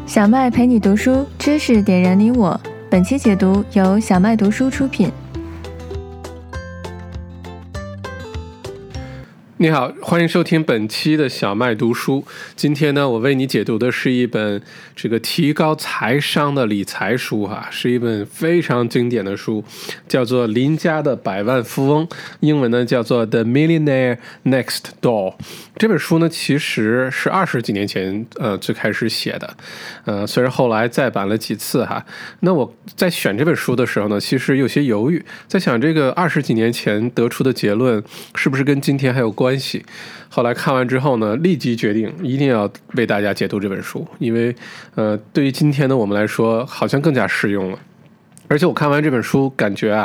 小麦陪你读书，知识点燃你我。本期解读由小麦读书出品。 你好，欢迎收听本期的小麦读书。今天呢，我为你解读的是一本这个提高财商的理财书是一本非常经典的书，叫做《邻家的百万富翁》，英文呢叫做 The Millionaire Next Door。这本书呢其实是20几年前最开始写的，虽然后来再版了几次那我在选这本书的时候呢，其实有些犹豫，在想这个20几年前得出的结论是不是跟今天还有关系。后来看完之后呢，立即决定一定要为大家解读这本书，因为对于今天的我们来说好像更加适用了。而且我看完这本书感觉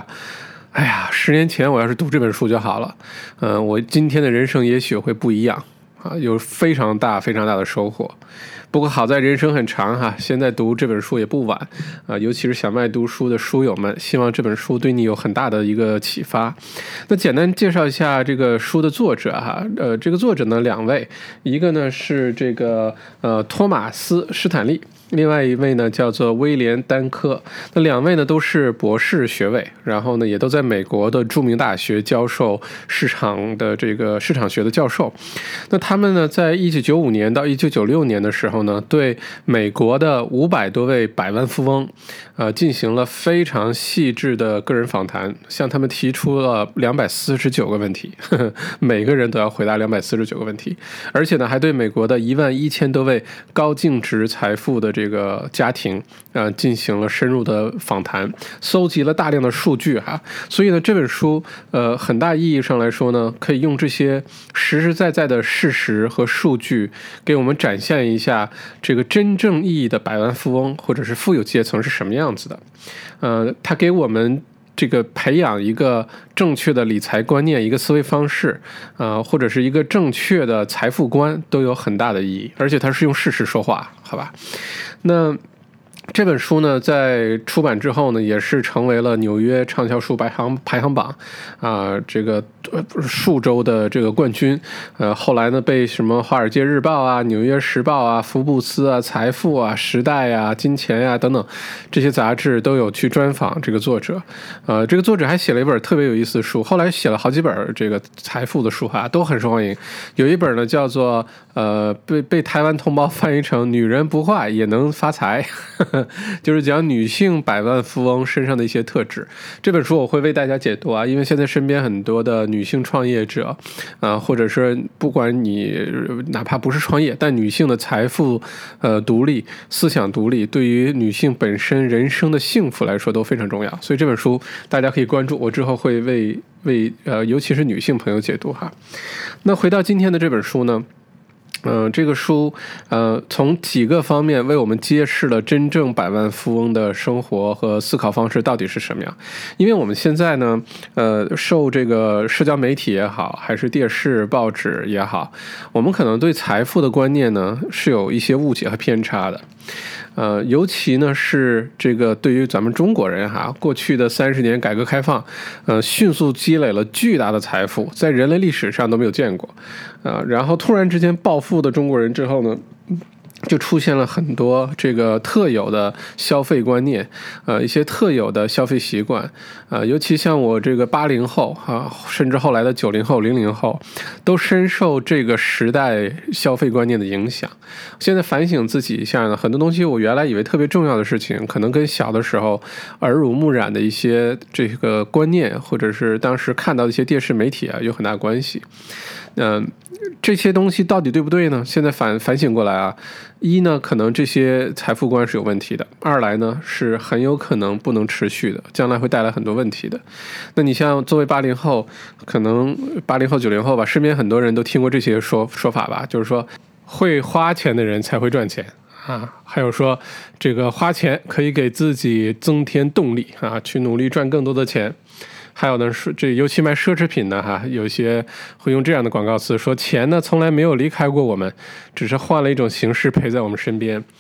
10年前我要是读这本书就好了，我今天的人生也许会不一样有非常大的收获。不过好在人生很长现在读这本书也不晚尤其是小麦读书的书友们，希望这本书对你有很大的一个启发。那简单介绍一下这个书的作者这个作者呢2位，一个呢是这个托马斯·施坦利，另外一位呢叫做威廉·丹科。那2位呢都是博士学位，然后呢也都在美国的著名大学教授市场学的教授。那他们呢在1995年到1996年的时候呢，对美国的500多位百万富翁进行了非常细致的个人访谈，向他们提出了249个问题每个人都要回答249个问题，而且呢还对美国的11000多位高净值财富的这个家庭进行了深入的访谈，搜集了大量的数据所以呢这本书很大意义上来说呢，可以用这些实实在在的事实和数据给我们展现一下这个真正意义的百万富翁或者是富有阶层是什么样子的。他给我们这个培养一个正确的理财观念，一个思维方式或者是一个正确的财富观都有很大的意义，而且他是用事实说话，好吧。那这本书呢在出版之后呢，也是成为了纽约畅销书排行榜这个数周的这个冠军。后来呢被什么华尔街日报纽约时报福布斯财富时代金钱等等这些杂志都有去专访这个作者。这个作者还写了一本特别有意思的书，后来写了好几本这个财富的书都很受欢迎。有一本呢叫做被台湾同胞翻译成女人不坏也能发财就是讲女性百万富翁身上的一些特质。这本书我会为大家解读因为现在身边很多的女性创业者或者是不管你哪怕不是创业，但女性的财富独立、思想独立，对于女性本身人生的幸福来说都非常重要。所以这本书大家可以关注，我之后会为尤其是女性朋友解读那回到今天的这本书呢，这个书从几个方面为我们揭示了真正百万富翁的生活和思考方式到底是什么样。因为我们现在呢受这个社交媒体也好，还是电视报纸也好，我们可能对财富的观念呢是有一些误解和偏差的。尤其呢是这个对于咱们中国人过去的30年改革开放迅速积累了巨大的财富，在人类历史上都没有见过然后突然之间暴富的中国人之后呢，就出现了很多这个特有的消费观念一些特有的消费习惯尤其像我这个80后甚至后来的90后、00后都深受这个时代消费观念的影响。现在反省自己一下呢，很多东西我原来以为特别重要的事情，可能跟小的时候耳濡目染的一些这个观念，或者是当时看到的一些电视媒体有很大关系。这些东西到底对不对呢？现在反省过来一呢，可能这些财富观是有问题的；二来呢，是很有可能不能持续的，将来会带来很多问题的。那你像作为80后，可能80后、90后吧，身边很多人都听过这些说法吧，就是说会花钱的人才会赚钱还有说这个花钱可以给自己增添动力去努力赚更多的钱。还有呢，这尤其卖奢侈品的有些会用这样的广告词说，钱呢从来没有离开过我们，只是换了一种形式陪在我们身边。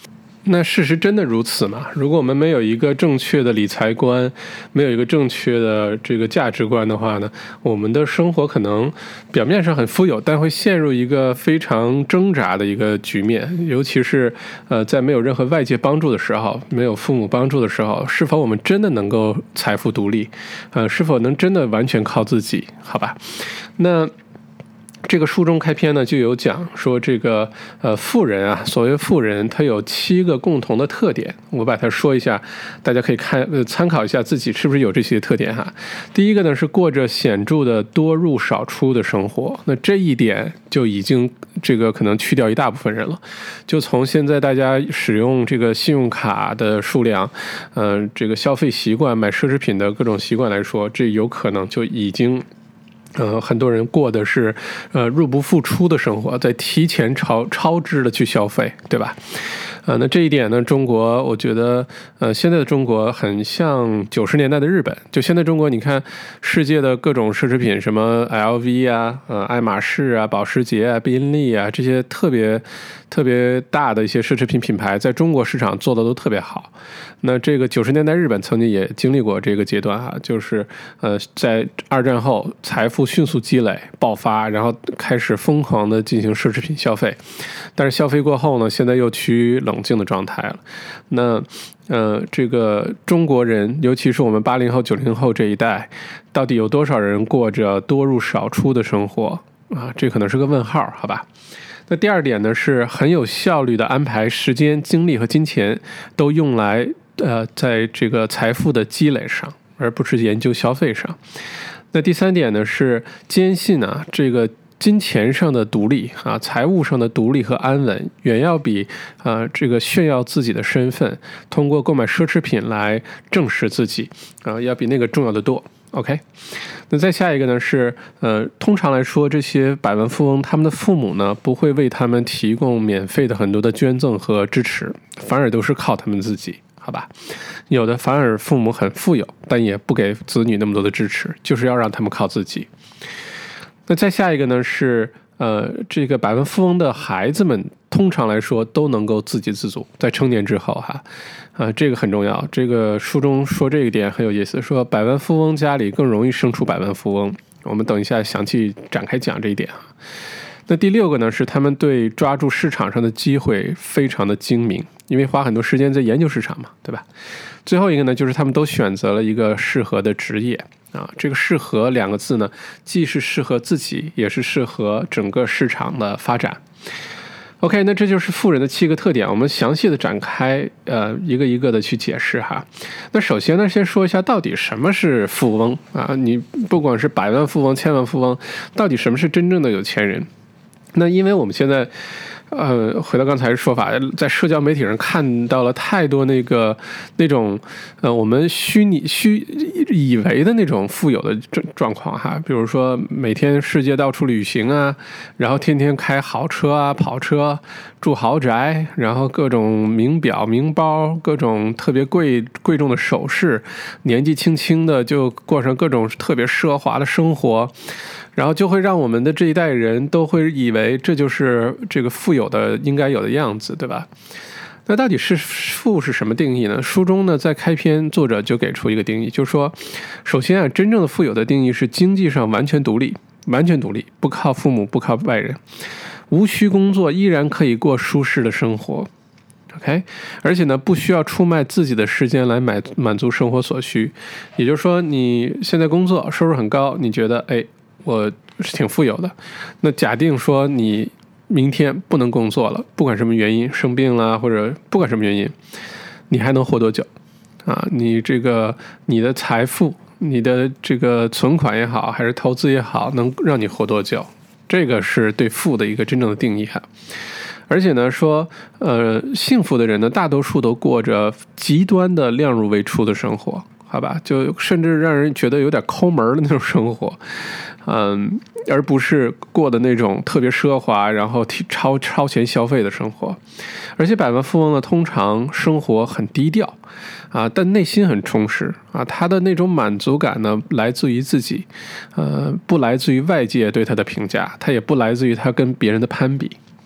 那事实真的如此吗？如果我们没有一个正确的理财观，没有一个正确的这个价值观的话呢，我们的生活可能表面上很富有，但会陷入一个非常挣扎的一个局面。尤其是在没有任何外界帮助的时候，没有父母帮助的时候，是否我们真的能够财富独立？是否能真的完全靠自己？好吧，那这个书中开篇呢，就有讲说这个富人啊，所谓富人，他有7个共同的特点，我把它说一下，大家可以参考一下自己是不是有这些特点哈。第一个呢是过着显著的多入少出的生活，那这一点就已经这个可能去掉一大部分人了。就从现在大家使用这个信用卡的数量，这个消费习惯、买奢侈品的各种习惯来说，这有可能就已经。很多人过的是入不敷出的生活，在提前超支的去消费，对吧？那这一点呢，中国我觉得现在的中国很像90年代的日本。就现在中国，你看世界的各种奢侈品，什么 LV 啊、爱马仕啊、保时捷啊、宾利啊，这些特别大的一些奢侈品品牌，在中国市场做的都特别好。那这个90年代日本曾经也经历过这个阶段哈，就是在2战后财富迅速积累爆发，然后开始疯狂的进行奢侈品消费，但是消费过后呢，现在又趋于冷静的状态了。那这个中国人，尤其是我们80后、90后这一代，到底有多少人过着多入少出的生活啊？这可能是个问号，好吧？那第二点呢，是很有效率的安排时间、精力和金钱，都用来在这个财富的积累上，而不是研究消费上。那第三点呢，是坚信啊，这个金钱上的独立啊，财务上的独立和安稳，远要比这个炫耀自己的身份，通过购买奢侈品来证实自己要比那个重要的多。OK， 那再下一个呢是通常来说，这些百万富翁他们的父母呢，不会为他们提供免费的很多的捐赠和支持，反而都是靠他们自己。好吧，有的反而父母很富有，但也不给子女那么多的支持，就是要让他们靠自己。那再下一个呢是这个百万富翁的孩子们通常来说都能够自给自足，在成年之后哈，这个很重要。这个书中说这一点很有意思，说百万富翁家里更容易生出百万富翁。我们等一下详细展开讲这一点。那第6个呢是他们对抓住市场上的机会非常的精明，因为花很多时间在研究市场嘛，对吧？最后一个呢就是他们都选择了一个适合的职业啊，这个适合2个字呢，既是适合自己，也是适合整个市场的发展。OK， 那这就是富人的7个特点，我们详细的展开一个一个的去解释哈。那首先呢，先说一下到底什么是富翁啊？你不管是百万富翁、千万富翁，到底什么是真正的有钱人？那因为我们现在回到刚才的说法，在社交媒体上看到了太多那种我们虚以为的那种富有的状况哈，比如说每天世界到处旅行啊，然后天天开豪车啊、跑车、住豪宅，然后各种名表、名包，各种特别贵重的首饰，年纪轻轻的就过上各种特别奢华的生活。然后就会让我们的这一代人都会以为这就是这个富有的应该有的样子，对吧？那到底是富是什么定义呢？书中呢，在开篇作者就给出一个定义，就是说，首先啊，真正的富有的定义是经济上完全独立，不靠父母，不靠外人，无需工作，依然可以过舒适的生活。OK， 而且呢，不需要出卖自己的时间来满足生活所需。也就是说，你现在工作收入很高，你觉得我是挺富有的。那假定说你明天不能工作了，不管什么原因，生病了或者不管什么原因，你还能活多久啊？你的财富，你的这个存款也好，还是投资也好，能让你活多久？这个是对富的一个真正的定义哈。而且呢，说幸福的人呢，大多数都过着极端的量入为出的生活。好吧，就甚至让人觉得有点抠门的那种生活，而不是过的那种特别奢华，然后超前消费的生活。而且百万富翁呢，通常生活很低调啊，但内心很充实啊，他的那种满足感呢，来自于自己，不来自于外界对他的评价，他也不来自于他跟别人的攀比。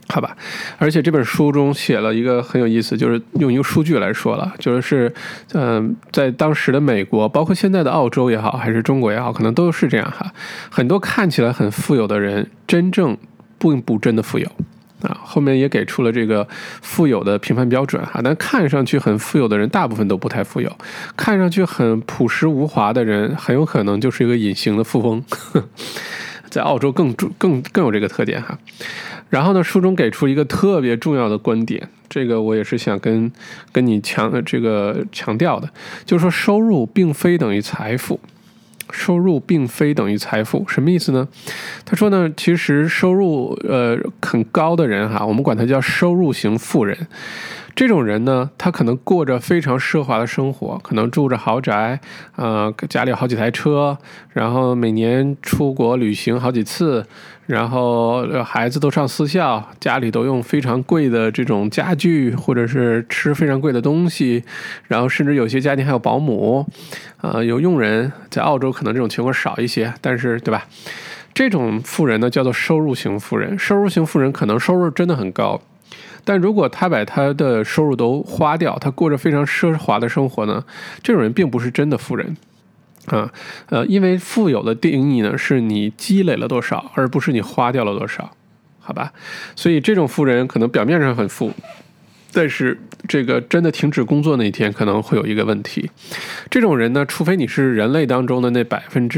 好吧，而且这本书中写了一个很有意思，就是用一个数据来说了，就是在当时的美国，包括现在的澳洲也好，还是中国也好，可能都是这样哈。很多看起来很富有的人，真正并不真的富有啊。后面也给出了这个富有的评判标准哈，但看上去很富有的人，大部分都不太富有；看上去很朴实无华的人，很有可能就是一个隐形的富翁。在澳洲更有这个特点哈。然后呢，书中给出一个特别重要的观点，这个我也是想跟你强调的，就是说收入并非等于财富。收入并非等于财富，什么意思呢？他说呢，其实收入很高的人哈，我们管他叫收入型富人。这种人呢，他可能过着非常奢华的生活，可能住着豪宅，家里有好几台车，然后每年出国旅行好几次，然后孩子都上私校，家里都用非常贵的这种家具，或者是吃非常贵的东西，然后甚至有些家庭还有保姆，有佣人。在澳洲可能这种情况少一些，但是对吧？这种富人呢叫做收入型富人。收入型富人可能收入真的很高。但如果他把他的收入都花掉，他过着非常奢华的生活呢，这种人并不是真的富人啊。因为富有的定义呢，是你积累了多少，而不是你花掉了多少，好吧？所以这种富人可能表面上很富，但是这个真的停止工作那一天可能会有一个问题。这种人呢，除非你是人类当中的那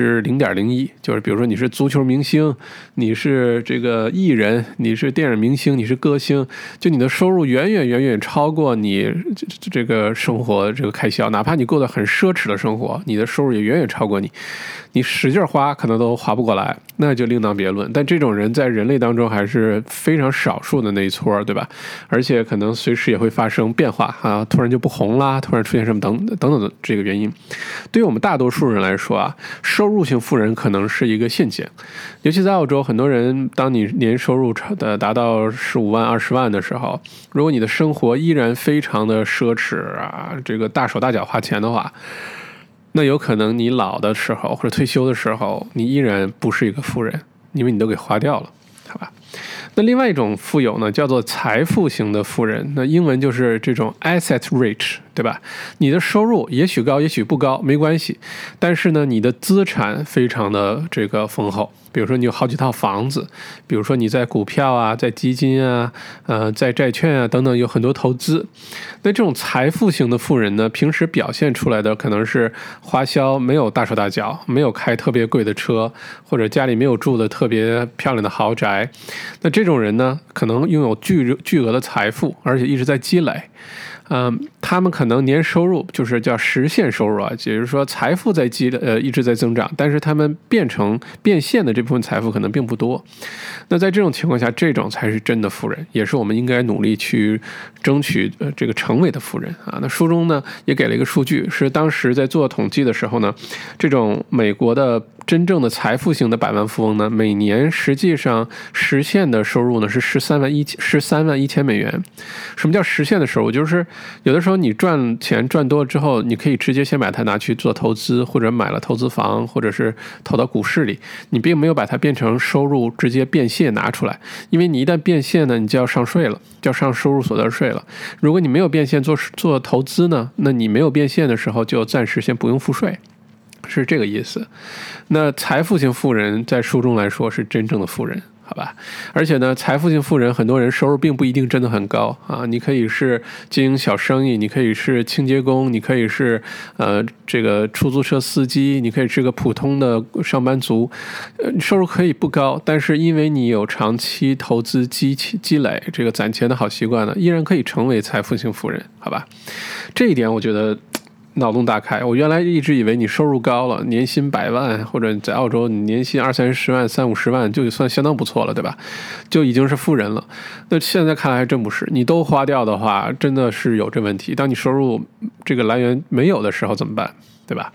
0.01%，就是比如说你是足球明星，你是这个艺人，你是电影明星，你是歌星，就你的收入远远超过你这个生活这个开销，哪怕你过得很奢侈的生活，你的收入也远远超过你，你使劲花可能都花不过来，那就另当别论。但这种人在人类当中还是非常少数的那一撮，对吧？而且可能随时也会发生变化啊，突然就不红啦，突然出现什么等等的这个原因。对于我们大多数人来说啊，收入型富人可能是一个陷阱。尤其在澳洲，很多人当你年收入达到15万、20万的时候，如果你的生活依然非常的奢侈啊，这个大手大脚花钱的话，那有可能你老的时候或者退休的时候，你依然不是一个富人，因为你都给花掉了，好吧？那另外一种富有呢，叫做财富型的富人，那英文就是这种 asset rich， 对吧？你的收入也许高也许不高没关系，但是呢，你的资产非常的这个丰厚。比如说你有好几套房子，比如说你在股票啊，在基金啊，在债券啊等等有很多投资。那这种财富型的富人呢，平时表现出来的可能是花销没有大手大脚，没有开特别贵的车，或者家里没有住的特别漂亮的豪宅。那这种人呢，可能拥有巨额的财富，而且一直在积累。他们可能年收入就是叫实现收入啊，也就是说财富在一直在增长，但是他们变现的这部分财富可能并不多。那在这种情况下，这种才是真的富人，也是我们应该努力去争取这个成为的富人啊。那书中呢也给了一个数据，是当时在做统计的时候呢，这种美国的真正的财富型的百万富翁呢，每年实际上实现的收入呢是13万1千美元。什么叫实现的收入？就是有的时候你赚钱赚多了之后，你可以直接先把它拿去做投资，或者买了投资房，或者是投到股市里，你并没有把它变成收入直接变现拿出来，因为你一旦变现呢，你就要上税了，就要上收入所得税了。如果你没有变现做投资呢，那你没有变现的时候就暂时先不用付税，是这个意思。那财富型富人在书中来说是真正的富人，好吧？而且呢，财富型富人很多人收入并不一定真的很高啊。你可以是经营小生意，你可以是清洁工，你可以是这个出租车司机，你可以是个普通的上班族，收入可以不高，但是因为你有长期投资积累这个攒钱的好习惯呢，依然可以成为财富型富人，好吧？这一点我觉得脑洞大开。我原来一直以为你收入高了，年薪100万，或者在澳洲你年薪20-30万、30-50万就算相当不错了，对吧？就已经是富人了。那现在看来还真不是，你都花掉的话，真的是有这问题。当你收入这个来源没有的时候怎么办，对吧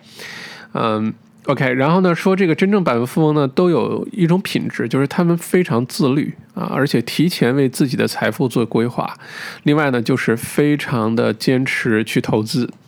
？OK， 然后呢，说这个真正百万富翁呢，都有一种品质，就是他们非常自律啊，而且提前为自己的财富做规划。另外呢，就是非常的坚持去投资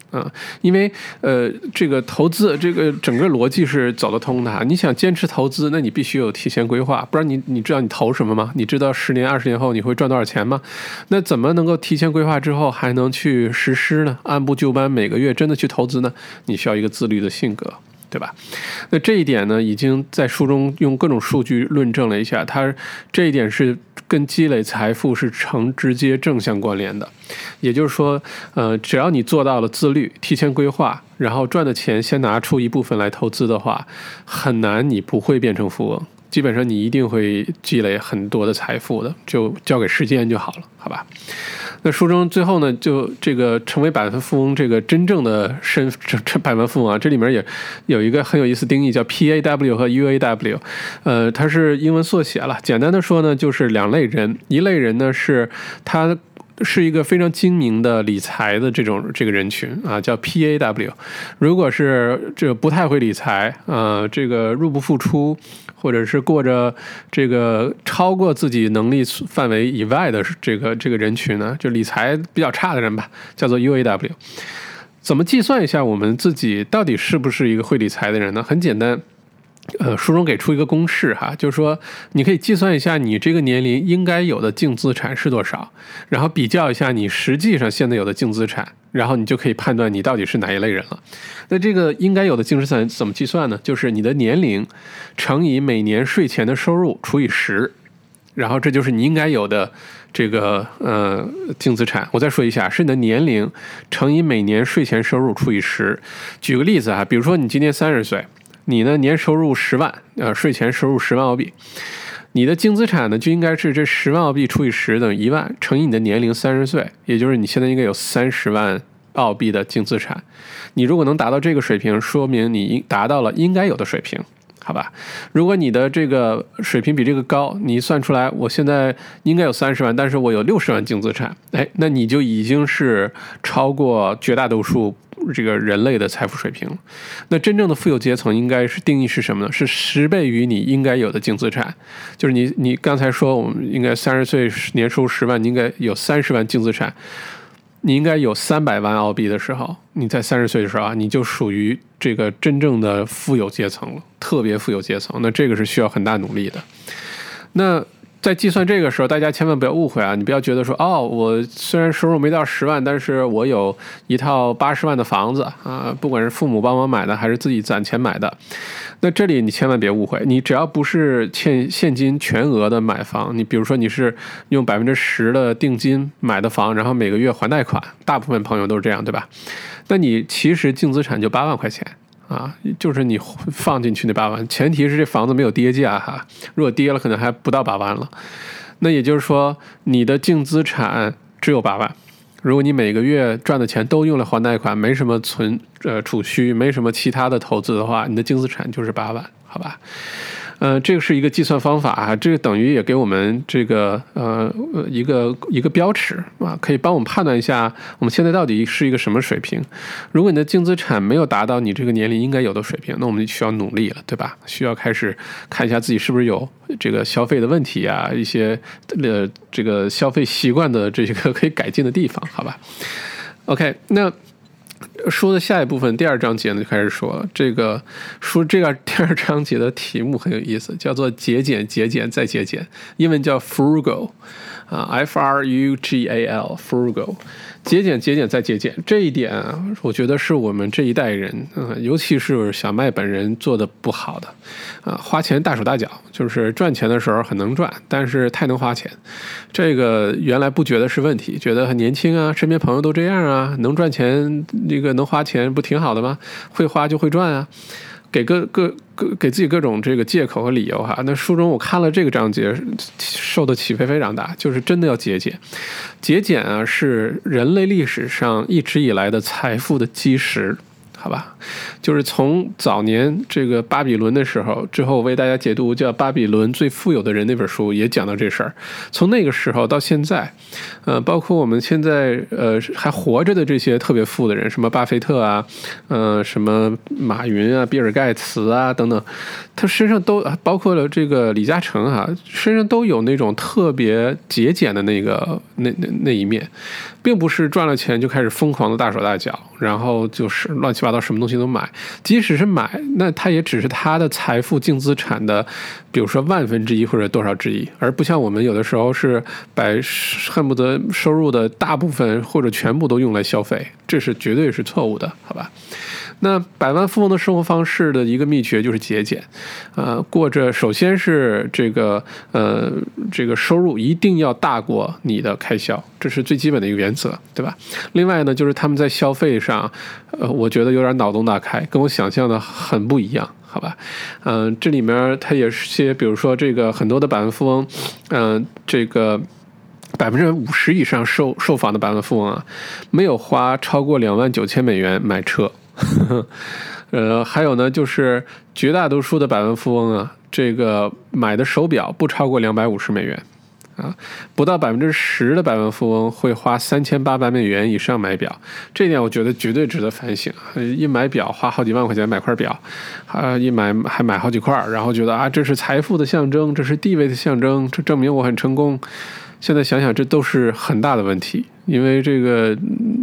因为这个投资这个整个逻辑是走得通的。你想坚持投资，那你必须有提前规划，不然你知道你投什么吗？你知道10年、20年后你会赚多少钱吗？那怎么能够提前规划之后还能去实施呢？按部就班，每个月真的去投资呢？你需要一个自律的性格。对吧？那这一点呢，已经在书中用各种数据论证了一下，它这一点是跟积累财富是成直接正向关联的。也就是说，只要你做到了自律、提前规划，然后赚的钱先拿出一部分来投资的话，很难你不会变成富翁。基本上你一定会积累很多的财富的，就交给时间就好了，好吧？那书中最后呢，就这个成为百万富翁这个真正的百万富翁啊，这里面也有一个很有意思定义，叫 PAW 和 UAW，它是英文缩写了。简单的说呢，就是2类人，一类人呢是他是一个非常精明的理财的这个人群啊，叫 PAW。如果是这个不太会理财这个入不敷出，或者是过着这个超过自己能力范围以外的这个人群呢，就理财比较差的人吧，叫做 UAW。怎么计算一下我们自己到底是不是一个会理财的人呢？很简单。书中给出一个公式哈，就是说你可以计算一下你这个年龄应该有的净资产是多少，然后比较一下你实际上现在有的净资产，然后你就可以判断你到底是哪一类人了。那这个应该有的净资产怎么计算呢？就是你的年龄乘以每年税前的收入除以10，然后这就是你应该有的这个净资产。我再说一下，是你的年龄乘以每年税前收入除以10。举个例子啊，比如说你今年30岁。你呢年收入10万，税前收入10万澳币，你的净资产呢就应该是这10万澳币除以10等于1万，乘以你的年龄30岁，也就是你现在应该有30万澳币的净资产。你如果能达到这个水平，说明你达到了应该有的水平，好吧？如果你的这个水平比这个高，你算出来我现在应该有30万，但是我有60万净资产，那你就已经是超过绝大多数这个人类的财富水平。那真正的富有阶层应该是定义是什么呢？是10倍于你应该有的净资产。就是你刚才说我们应该30岁年收入10万，你应该有30万净资产，你应该有300万澳币的时候，你在30岁的时候啊，你就属于这个真正的富有阶层了，特别富有阶层。那这个是需要很大努力的。那在计算这个时候，大家千万不要误会啊！你不要觉得说，我虽然收入没到10万，但是我有一套80万的房子啊，不管是父母帮我买的，还是自己攒钱买的。那这里你千万别误会，你只要不是现金全额的买房，你比如说你是用10%的定金买的房，然后每个月还贷款，大部分朋友都是这样，对吧？那你其实净资产就8万块钱。就是你放进去那8万，前提是这房子没有跌价哈，如果跌了可能还不到8万了。那也就是说你的净资产只有8万，如果你每个月赚的钱都用来还贷款，没什么储蓄，没什么其他的投资的话，你的净资产就是8万，好吧？这个是一个计算方法啊，这个等于也给我们这个一个标尺啊，可以帮我们判断一下我们现在到底是一个什么水平。如果你的净资产没有达到你这个年龄应该有的水平，那我们就需要努力了，对吧？需要开始看一下自己是不是有这个消费的问题啊，一些这个消费习惯的这个可以改进的地方，好吧 ？OK， 那书的下一部分第2章节呢就开始说了，这个书第2章节的题目很有意思，叫做节俭节俭再节俭，英文叫 frugal Frugal frugal， 节俭节俭再节俭。这一点啊，我觉得是我们这一代人尤其是小麦本人做的不好的花钱大手大脚，就是赚钱的时候很能赚，但是太能花钱。这个原来不觉得是问题，觉得很年轻啊，身边朋友都这样啊，能赚钱这个能花钱不挺好的吗？会花就会赚啊，给自己各种这个借口和理由哈。那书中我看了这个章节，受的启发非常大，就是真的要节俭。节俭啊，是人类历史上一直以来的财富的基石。好吧，就是从早年这个巴比伦的时候，之后我为大家解读叫《巴比伦最富有的人》那本书，也讲到这事儿。从那个时候到现在，包括我们现在还活着的这些特别富的人，什么巴菲特啊，什么马云啊、比尔盖茨啊等等，他身上都包括了这个李嘉诚身上都有那种特别节俭的那一面。 并不是赚了钱就开始疯狂的大手大脚，然后就是乱七八糟什么东西都买。即使是买，那他也只是他的财富净资产的，比如说1/1000或者多少之一，而不像我们有的时候是把恨不得收入的大部分或者全部都用来消费，这是绝对是错误的，好吧？那百万富翁的生活方式的一个秘诀就是节俭，过着首先是这个收入一定要大过你的开销，这是最基本的一个原则，对吧？另外呢，就是他们在消费上，我觉得有点脑洞大开，跟我想象的很不一样，好吧？这里面它也是些，比如说这个很多的百万富翁，这个50%以上受访的百万富翁啊，没有花超过$29,000买车。还有呢，就是绝大多数的百万富翁啊，这个买的手表不超过$250啊，不到10%的百万富翁会花$3,800以上买表，这一点我觉得绝对值得反省。一买表花好几万块钱买块表，一买还买好几块，然后觉得啊，这是财富的象征，这是地位的象征，这证明我很成功。现在想想，这都是很大的问题，因为这个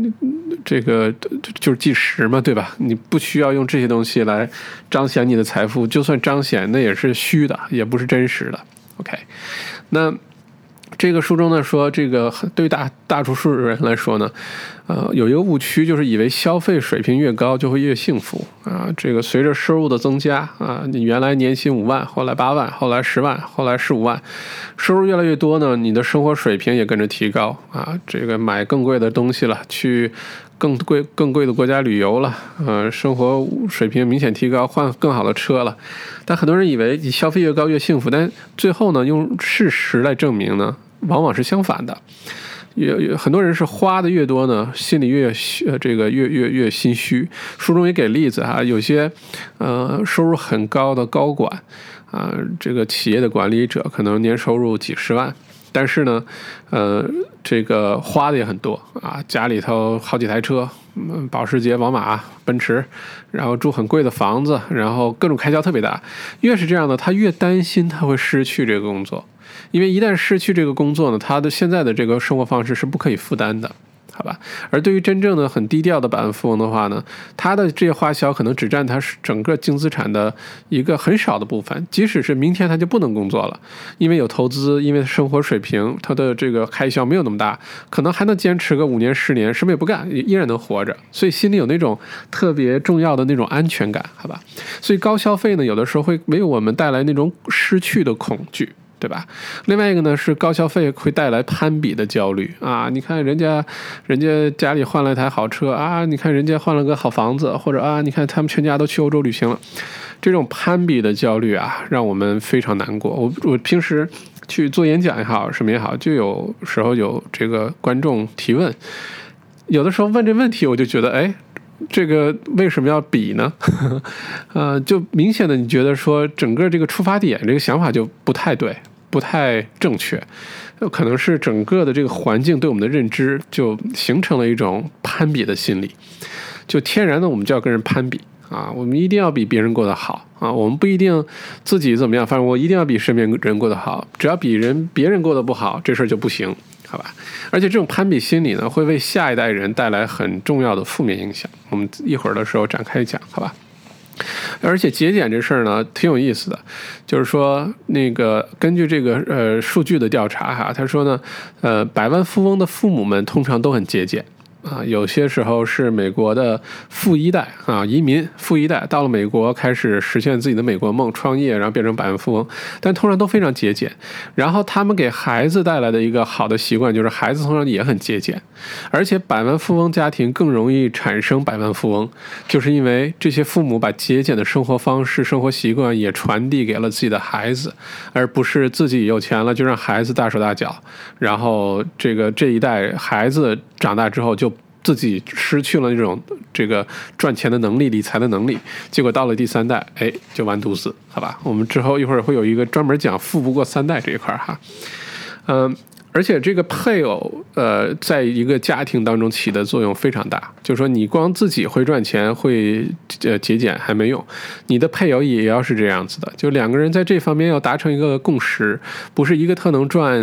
就是计时嘛，对吧？你不需要用这些东西来彰显你的财富，就算彰显，那也是虚的，也不是真实的。OK， 那这个书中呢说，这个对大多数人来说呢，有一个误区，就是以为消费水平越高就会越幸福啊。这个随着收入的增加啊，你原来年薪5万，后来8万，后来10万，后来15万，收入越来越多呢，你的生活水平也跟着提高啊。这个买更贵的东西了，去更贵的国家旅游了，生活水平明显提高，换更好的车了。但很多人以为你消费越高越幸福，但最后呢，用事实来证明呢，往往是相反的。很多人是花的越多呢，心里越心虚。书中也给例子啊，有些收入很高的高管啊，这个企业的管理者可能年收入几十万，但是呢，这个花的也很多啊，家里头好几台车，保时捷、宝马、奔驰，然后住很贵的房子，然后各种开销特别大。越是这样的，他越担心他会失去这个工作，因为一旦失去这个工作呢，他的现在的这个生活方式是不可以负担的。好吧，而对于真正的很低调的百万富翁的话呢，他的这些花销可能只占他整个净资产的一个很少的部分。即使是明天他就不能工作了，因为有投资，因为生活水平他的这个开销没有那么大，可能还能坚持个5年10年，什么也不干，依然能活着。所以心里有那种特别重要的那种安全感，好吧？所以高消费呢，有的时候会为我们带来那种失去的恐惧。对吧？另外一个呢是高消费会带来攀比的焦虑啊！你看人家家里换了一台好车啊，你看人家换了个好房子，或者啊，你看他们全家都去欧洲旅行了，这种攀比的焦虑啊，让我们非常难过。我平时去做演讲也好，什么也好，就有时候有这个观众提问，有的时候问这问题，我就觉得，哎，这个为什么要比呢？就明显的你觉得说整个这个出发点，这个想法就不太对。不太正确，可能是整个的这个环境对我们的认知就形成了一种攀比的心理，就天然的我们就要跟人攀比啊，我们一定要比别人过得好啊，我们不一定自己怎么样，反正我一定要比身边人过得好，只要比别人过得不好，这事儿就不行，好吧？而且这种攀比心理呢，会为下一代人带来很重要的负面影响，我们一会儿的时候展开讲，好吧？而且节俭这事儿呢，挺有意思的，就是说那个根据这个数据的调查哈，他说呢，百万富翁的父母们通常都很节俭。啊，有些时候是美国的富一代啊，移民富一代到了美国开始实现自己的美国梦，创业，然后变成百万富翁，但通常都非常节俭。然后他们给孩子带来的一个好的习惯就是孩子通常也很节俭，而且百万富翁家庭更容易产生百万富翁，就是因为这些父母把节俭的生活方式、生活习惯也传递给了自己的孩子，而不是自己有钱了就让孩子大手大脚，然后这一代孩子长大之后就自己失去了那种这个赚钱的能力、理财的能力，结果到了第3代，哎，就完犊子，好吧？我们之后一会儿会有一个专门讲富不过3代这一块哈，而且这个配偶在一个家庭当中起的作用非常大，就是说你光自己会赚钱会节俭还没用，你的配偶也要是这样子的，就2个人在这方面要达成一个共识，不是一个特能赚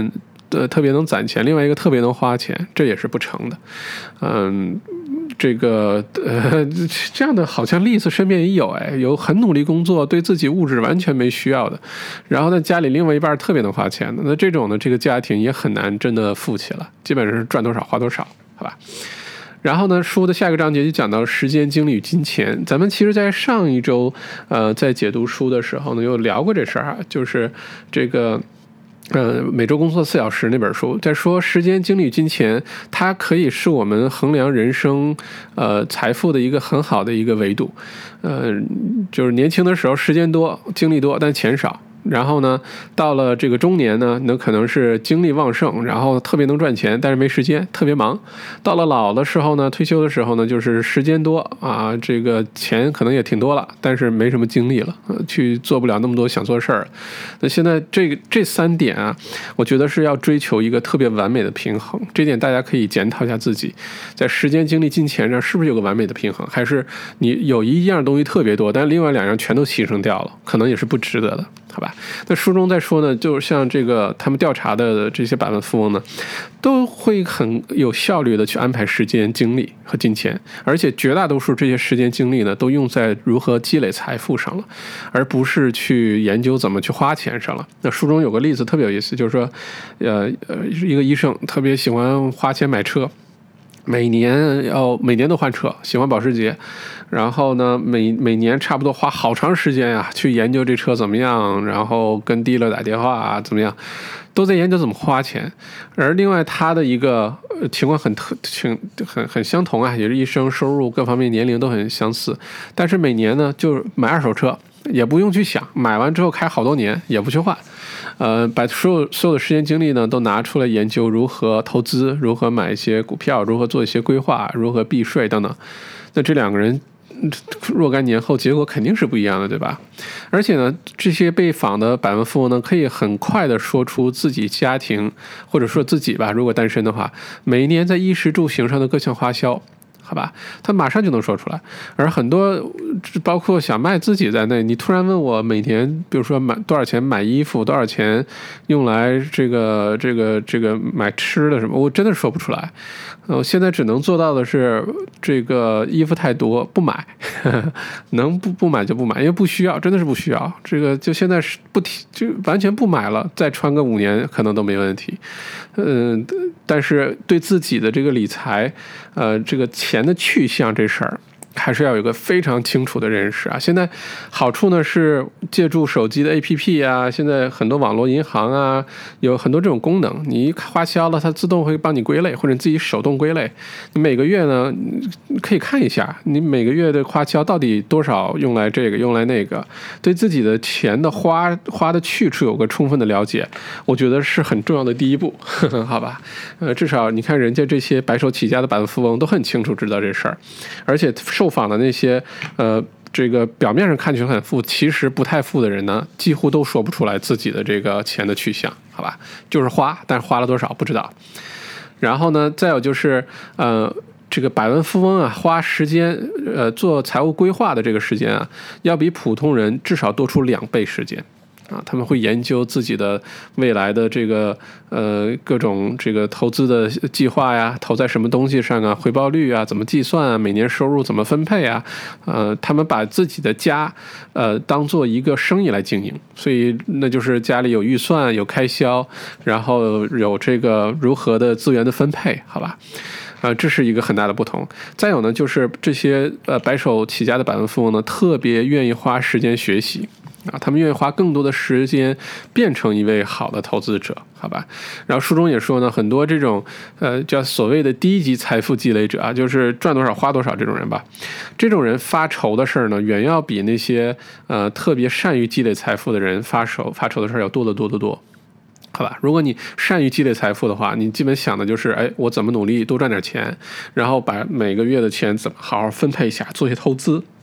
特别能攒钱，另外一个特别能花钱，这也是不成的。这个这样的好像例子身边也有，有很努力工作，对自己物质完全没需要的，然后呢家里另外一半特别能花钱的，那这种呢这个家庭也很难真的富起来，基本上是赚多少花多少，好吧。然后呢，书的下一个章节就讲到时间、精力与金钱。咱们其实，在上一周，在解读书的时候呢，有聊过这事儿啊，就是这个，每周工作4小时那本书，在说时间、精力与金钱，它可以是我们衡量人生，财富的一个很好的一个维度。就是年轻的时候时间多、精力多，但钱少。然后呢，到了这个中年呢，那可能是精力旺盛，然后特别能赚钱，但是没时间，特别忙。到了老的时候呢，退休的时候呢，就是时间多啊，这个钱可能也挺多了，但是没什么精力了，去做不了那么多想做的事儿。那现在这3点啊，我觉得是要追求一个特别完美的平衡。这点大家可以检讨一下自己，在时间、精力、金钱上是不是有个完美的平衡，还是你有一样东西特别多，但另外2样全都牺牲掉了，可能也是不值得的。好吧，那书中在说呢，就像这个他们调查的这些百万富翁呢，都会很有效率的去安排时间、精力和金钱，而且绝大多数这些时间精力呢，都用在如何积累财富上了，而不是去研究怎么去花钱上了。那书中有个例子特别有意思，就是说，一个医生特别喜欢花钱买车。每年都换车，喜欢保时捷，然后呢，每年差不多花好长时间呀，去研究这车怎么样，然后跟dealer打电话啊，怎么样，都在研究怎么花钱。而另外他的一个情况很相同啊，也是一生收入各方面年龄都很相似，但是每年呢就买2手车，也不用去想，买完之后开好多年也不去换。把所有的时间精力呢都拿出来研究如何投资，如何买一些股票，如何做一些规划，如何避税等等。那这2个人若干年后结果肯定是不一样的，对吧？而且呢，这些被访的百万富翁呢，可以很快的说出自己家庭或者说自己吧，如果单身的话，每一年在衣食住行上的各项花销。好吧，他马上就能说出来。而很多包括小麦自己在内，你突然问我每年比如说买多少钱买衣服，多少钱用来这个买吃的什么，我真的说不出来。现在只能做到的是这个衣服太多不买，能不买就不买，因为不需要，真的是不需要。这个就现在是就完全不买了，再穿个5年可能都没问题。但是对自己的这个理财，这个钱的去向这事儿，还是要有一个非常清楚的认识啊。现在好处呢是借助手机的 APP 啊，现在很多网络银行啊，有很多这种功能，你一花销了，它自动会帮你归类，或者你自己手动归类。你每个月呢可以看一下，你每个月的花销到底多少用来这个用来那个，对自己的钱的花的去处有个充分的了解，我觉得是很重要的第一步，好吧？至少你看人家这些白手起家的百万富翁都很清楚知道这事儿，而且受访的那些这个表面上看起来很富，其实不太富的人呢，几乎都说不出来自己的这个钱的去向，好吧？就是花，但是花了多少不知道。然后呢，再有就是这个百万富翁啊，花时间做财务规划的这个时间啊，要比普通人至少多出2倍时间。他们会研究自己的未来的这个各种这个投资的计划呀，投在什么东西上啊，回报率啊怎么计算啊，每年收入怎么分配啊，他们把自己的家当做一个生意来经营，所以那就是家里有预算有开销，然后有这个如何的资源的分配，好吧？这是一个很大的不同。再有呢，就是这些白手起家的百万富翁呢，特别愿意花时间学习。他们愿意花更多的时间变成一位好的投资者，好吧？然后书中也说呢，很多这种叫所谓的低级财富积累者啊，就是赚多少花多少这种人吧，这种人发愁的事儿呢，远要比那些特别善于积累财富的人发愁的事儿要多得多得多。好吧，如果你善于积累财富的话，你基本想的就是，我怎么努力多赚点钱，然后把每个月的钱怎么好好分配一下，做些投资。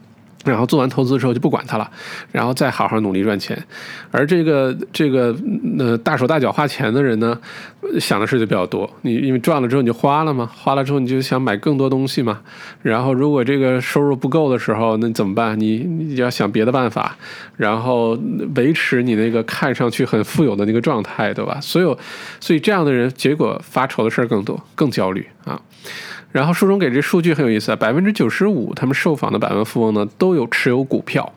然后做完投资之后就不管它了，然后再好好努力赚钱。而这个大手大脚花钱的人呢，想的事就比较多。你因为赚了之后你就花了嘛，花了之后你就想买更多东西嘛。然后如果这个收入不够的时候，那怎么办？你要想别的办法，然后维持你那个看上去很富有的那个状态，对吧？所以这样的人结果发愁的事儿更多，更焦虑啊。然后书中给这数据很有意思啊，95%他们受访的百万富翁呢都有持有股票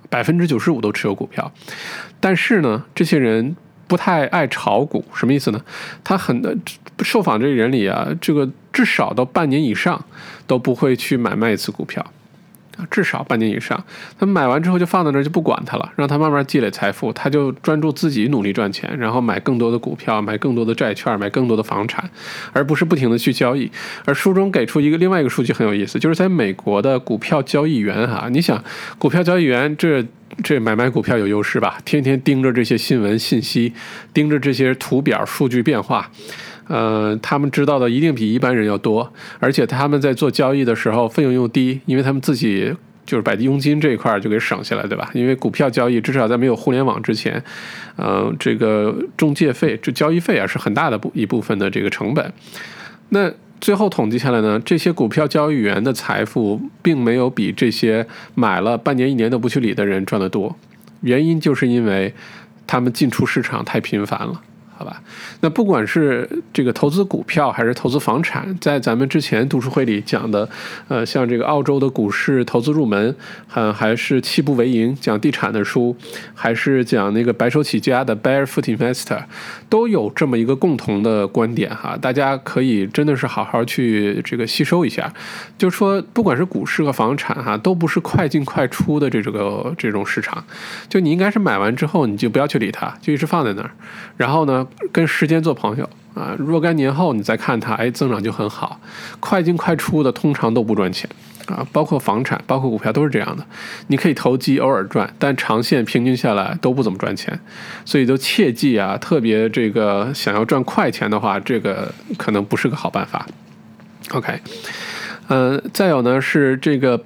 ，95%都持有股票，但是呢，这些人不太爱炒股，什么意思呢？他受访这些人里啊，这个至少到半年以上都不会去买卖一次股票。至少半年以上，他买完之后就放在那儿就不管它了，让他慢慢积累财富，他就专注自己努力赚钱，然后买更多的股票，买更多的债券，买更多的房产，而不是不停的去交易。而书中给出另外一个数据很有意思，就是在美国的股票交易员你想股票交易员这买卖股票有优势吧？天天盯着这些新闻信息，盯着这些图表数据变化。他们知道的一定比一般人要多，而且他们在做交易的时候费用又低，因为他们自己就是把佣金这一块就给省下来，对吧？因为股票交易至少在没有互联网之前，这个中介费、这交易费是很大的一部分的这个成本。那最后统计下来呢，这些股票交易员的财富并没有比这些买了半年、1年都不去理的人赚得多，原因就是因为他们进出市场太频繁了。好吧，那不管是这个投资股票还是投资房产，在咱们之前读书会里讲的，像这个澳洲的股市投资入门，还是七步为营讲地产的书，还是讲那个白手起家的 Barefoot Investor， 都有这么一个共同的观点哈，大家可以真的是好好去这个吸收一下，就是说不管是股市和房产都不是快进快出的这种市场，就你应该是买完之后你就不要去理它，就一直放在那儿，然后呢跟时间做朋友啊，若干年后你再看它，增长就很好。快进快出的通常都不赚钱啊，包括房产、包括股票都是这样的。你可以投机偶尔赚，但长线平均下来都不怎么赚钱，所以就切记啊，特别这个想要赚快钱的话，这个可能不是个好办法。OK。再有呢是这个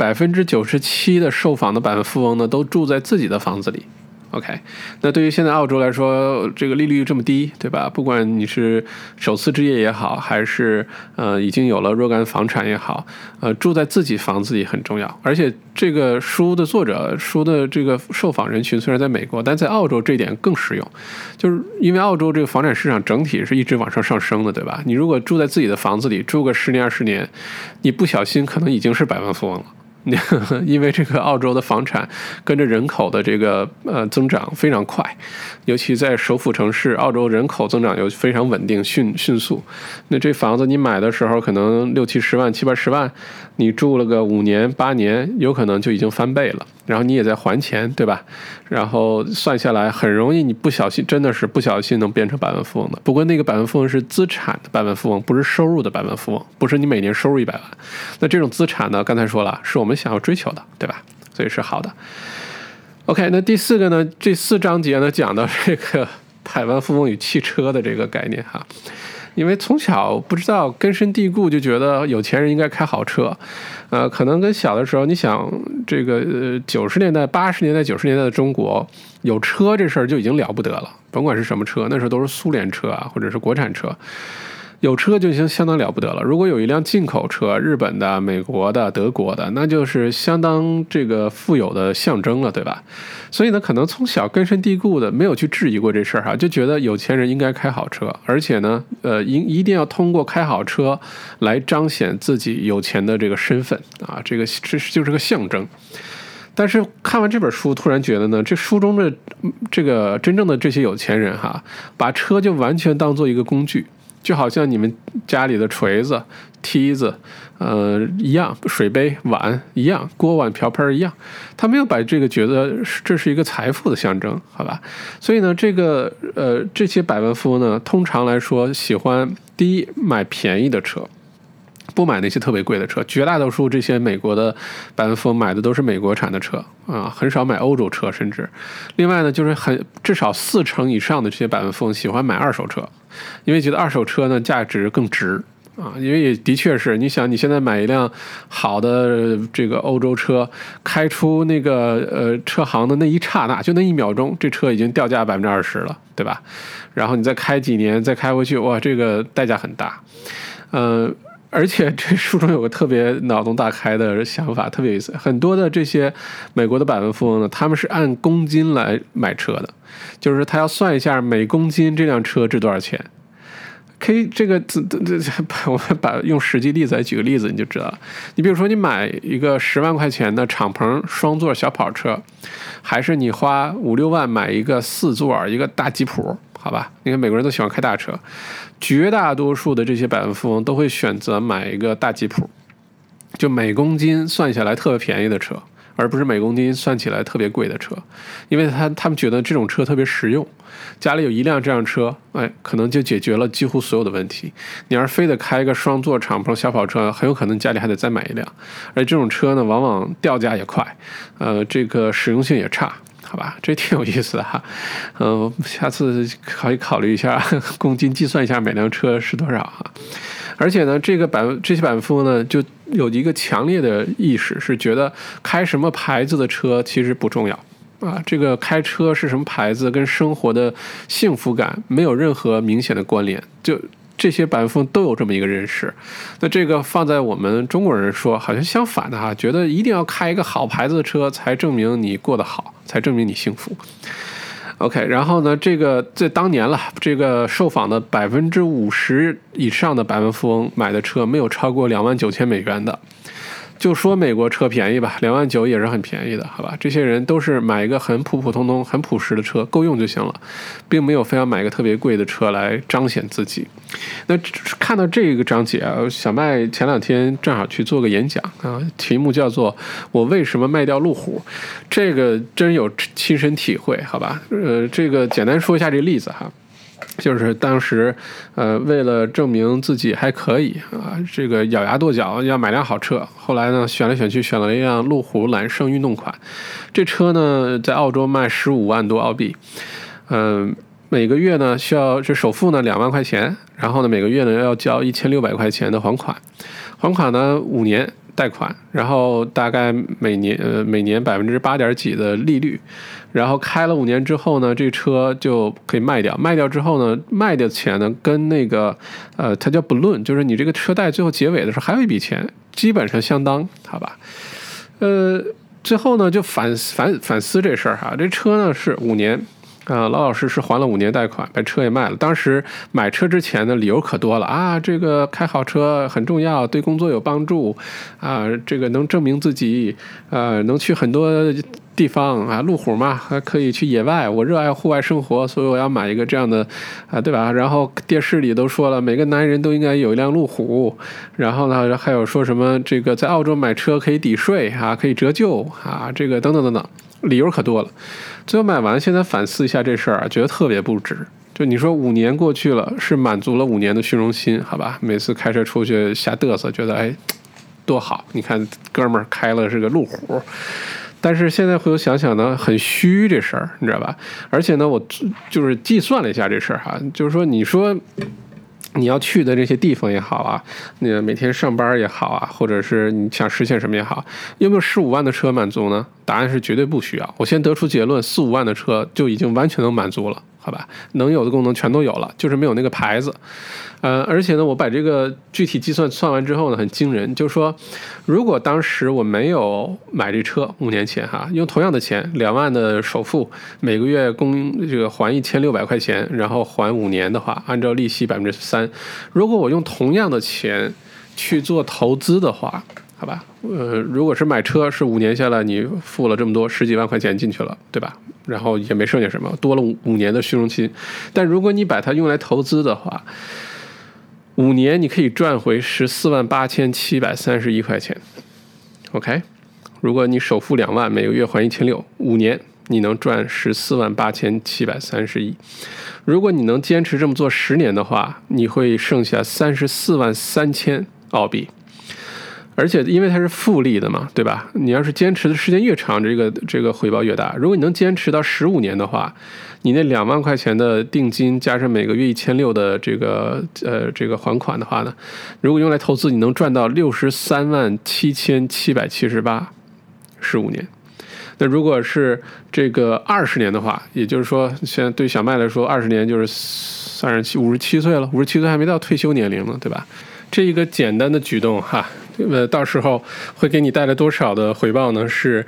97%的受访的百万富翁呢都住在自己的房子里。OK， 那对于现在澳洲来说，这个利率这么低，对吧？不管你是首次置业也好，还是已经有了若干房产也好，住在自己房子里很重要。而且这个书的作者书的这个受访人群虽然在美国，但在澳洲这一点更实用，就是因为澳洲这个房产市场整体是一直往上上升的，对吧？你如果住在自己的房子里住个10年20年，你不小心可能已经是百万富翁了。因为这个澳洲的房产跟着人口的这个增长非常快，尤其在首府城市，澳洲人口增长又非常稳定迅速。那这房子你买的时候可能60、70万、70、80万，你住了个5年、8年，有可能就已经翻倍了。然后你也在还钱，对吧？然后算下来很容易，你不小心真的是不小心能变成百万富翁的。不过那个百万富翁是资产的百万富翁，不是收入的百万富翁，不是你每年收入100万。那这种资产呢，刚才说了，是我们想要追求的，对吧？所以是好的。OK， 那第4个呢，这4章节呢讲到这个百万富翁与汽车的这个概念哈。因为从小不知道根深蒂固就觉得有钱人应该开好车，可能跟小的时候你想这个90年代、80年代、90年代的中国有车这事儿就已经了不得了，甭管是什么车，那时候都是苏联车啊，或者是国产车。有车就已经相当了不得了，如果有一辆进口车，日本的、美国的、德国的，那就是相当这个富有的象征了，对吧？所以呢，可能从小根深蒂固的没有去质疑过这事儿哈，就觉得有钱人应该开好车，而且呢，一定要通过开好车来彰显自己有钱的这个身份啊，这就是个象征。但是看完这本书，突然觉得呢，这书中的这个真正的这些有钱人哈，把车就完全当做一个工具。就好像你们家里的锤子、梯子，一样，水杯、碗一样，锅碗瓢盆一样，他没有把这个觉得这是一个财富的象征，好吧？所以呢，这些百万富翁呢，通常来说喜欢第一买便宜的车，不买那些特别贵的车，绝大多数这些美国的百万富翁买的都是美国产的车啊，很少买欧洲车，甚至。另外呢，就是至少40%以上的这些百万富翁喜欢买二手车，因为觉得二手车呢价值更值啊，因为也的确是，你想你现在买一辆好的这个欧洲车，开出那个车行的那一刹那，就那1秒钟，这车已经掉价20%了，对吧？然后你再开几年，再开回去，哇，这个代价很大。而且这书中有个特别脑洞大开的想法，特别有意思。很多的这些美国的百万富翁呢，他们是按公斤来买车的，就是他要算一下每公斤这辆车值多少钱。可以，我们用实际例子来举个例子，你就知道了。你比如说，你买一个10万块钱的敞篷双座小跑车，还是你花5-6万买一个4座一个大吉普，好吧？你看美国人都喜欢开大车，绝大多数的这些百万富翁都会选择买一个大吉普，就每公斤算下来特别便宜的车，而不是每公斤算起来特别贵的车，因为他们觉得这种车特别实用。家里有一辆这辆车，可能就解决了几乎所有的问题。你要是非得开一个双座敞篷小跑车，很有可能家里还得再买一辆。而这种车呢，往往掉价也快，这个实用性也差，好吧？这挺有意思的哈。下次可以考虑一下公斤计算一下每辆车是多少哈。而且呢，这些百万富翁呢，就有一个强烈的意识，是觉得开什么牌子的车其实不重要。这个开车是什么牌子跟生活的幸福感没有任何明显的关联，就这些百万富翁都有这么一个认识。那这个放在我们中国人说好像相反的哈，觉得一定要开一个好牌子的车才证明你过得好，才证明你幸福。OK， 然后呢，在当年了，这个受访的50%以上的百万富翁买的车没有超过$29,000的。就说美国车便宜吧，29000也是很便宜的，好吧？这些人都是买一个很普普通通、很朴实的车，够用就行了，并没有非要买一个特别贵的车来彰显自己。那看到这个章节啊，小麦前2天正好去做个演讲啊，题目叫做“我为什么卖掉路虎”，这个真有亲身体会，好吧？这个简单说一下这个例子哈。就是当时，为了证明自己还可以啊，这个咬牙跺脚要买辆好车。后来呢，选来选去选了一辆路虎揽胜运动款。这车呢，在澳洲卖15万多澳币。每个月呢需要这首付呢2万块钱，然后呢每个月呢要交1600块钱的还款。还款呢5年贷款，然后大概每年8.几的利率。然后开了5年之后呢，这车就可以卖掉。卖掉之后呢，卖的钱呢跟那个它叫 balloon， 就是你这个车贷最后结尾的时候还有一笔钱，基本上相当，好吧？最后呢就反思这事儿哈，这车呢是5年。老老实实还了5年贷款，把车也卖了。当时买车之前的理由可多了啊，这个开好车很重要，对工作有帮助啊，这个能证明自己，能去很多地方啊，路虎嘛，还可以去野外。我热爱户外生活，所以我要买一个这样的对吧？然后电视里都说了，每个男人都应该有一辆路虎。然后呢，还有说什么这个在澳洲买车可以抵税啊，可以折旧啊，这个等等等等。理由可多了，最后买完，现在反思一下这事儿啊，觉得特别不值。就你说5年过去了，是满足了5年的虚荣心，好吧？每次开车出去瞎嘚瑟，觉得多好，你看哥们儿开了是个路虎。但是现在回头想想呢，很虚这事儿，你知道吧？而且呢，我就是计算了一下这事儿哈，就是说你说。你要去的这些地方也好啊，你每天上班也好啊，或者是你想实现什么也好，有没有15万的车满足呢？答案是绝对不需要。我先得出结论，4-5万的车就已经完全能满足了，好吧？能有的功能全都有了，就是没有那个牌子。而且呢，我把这个具体计算算完之后呢，很惊人，就是说，如果当时我没有买这车，5年前哈，用同样的钱，2万的首付，每个月这个还1600块钱，然后还5年的话，按照利息3%，如果我用同样的钱去做投资的话，好吧，如果是买车，是5年下来你付了这么多10几万块钱进去了，对吧？然后也没剩下什么，多了5年的虚荣心。但如果你把它用来投资的话，5年你可以赚回148731块钱 ，OK？ 如果你首付2万，每个月还1600，5年你能赚148731。如果你能坚持这么做10年的话，你会剩下343000澳币。 而且因为它是复利的嘛，对吧？你要是坚持的时间越长，这个回报越大。如果你能坚持到15年的话，你那2万块钱的定金加上每个月1600的这个还款的话呢，如果用来投资，你能赚到637778，15年。那如果是这个20年的话，也就是说，现在对小麦来说，20年就是57岁了，57岁还没到退休年龄呢，对吧？这一个简单的举动哈，到时候会给你带来多少的回报呢？是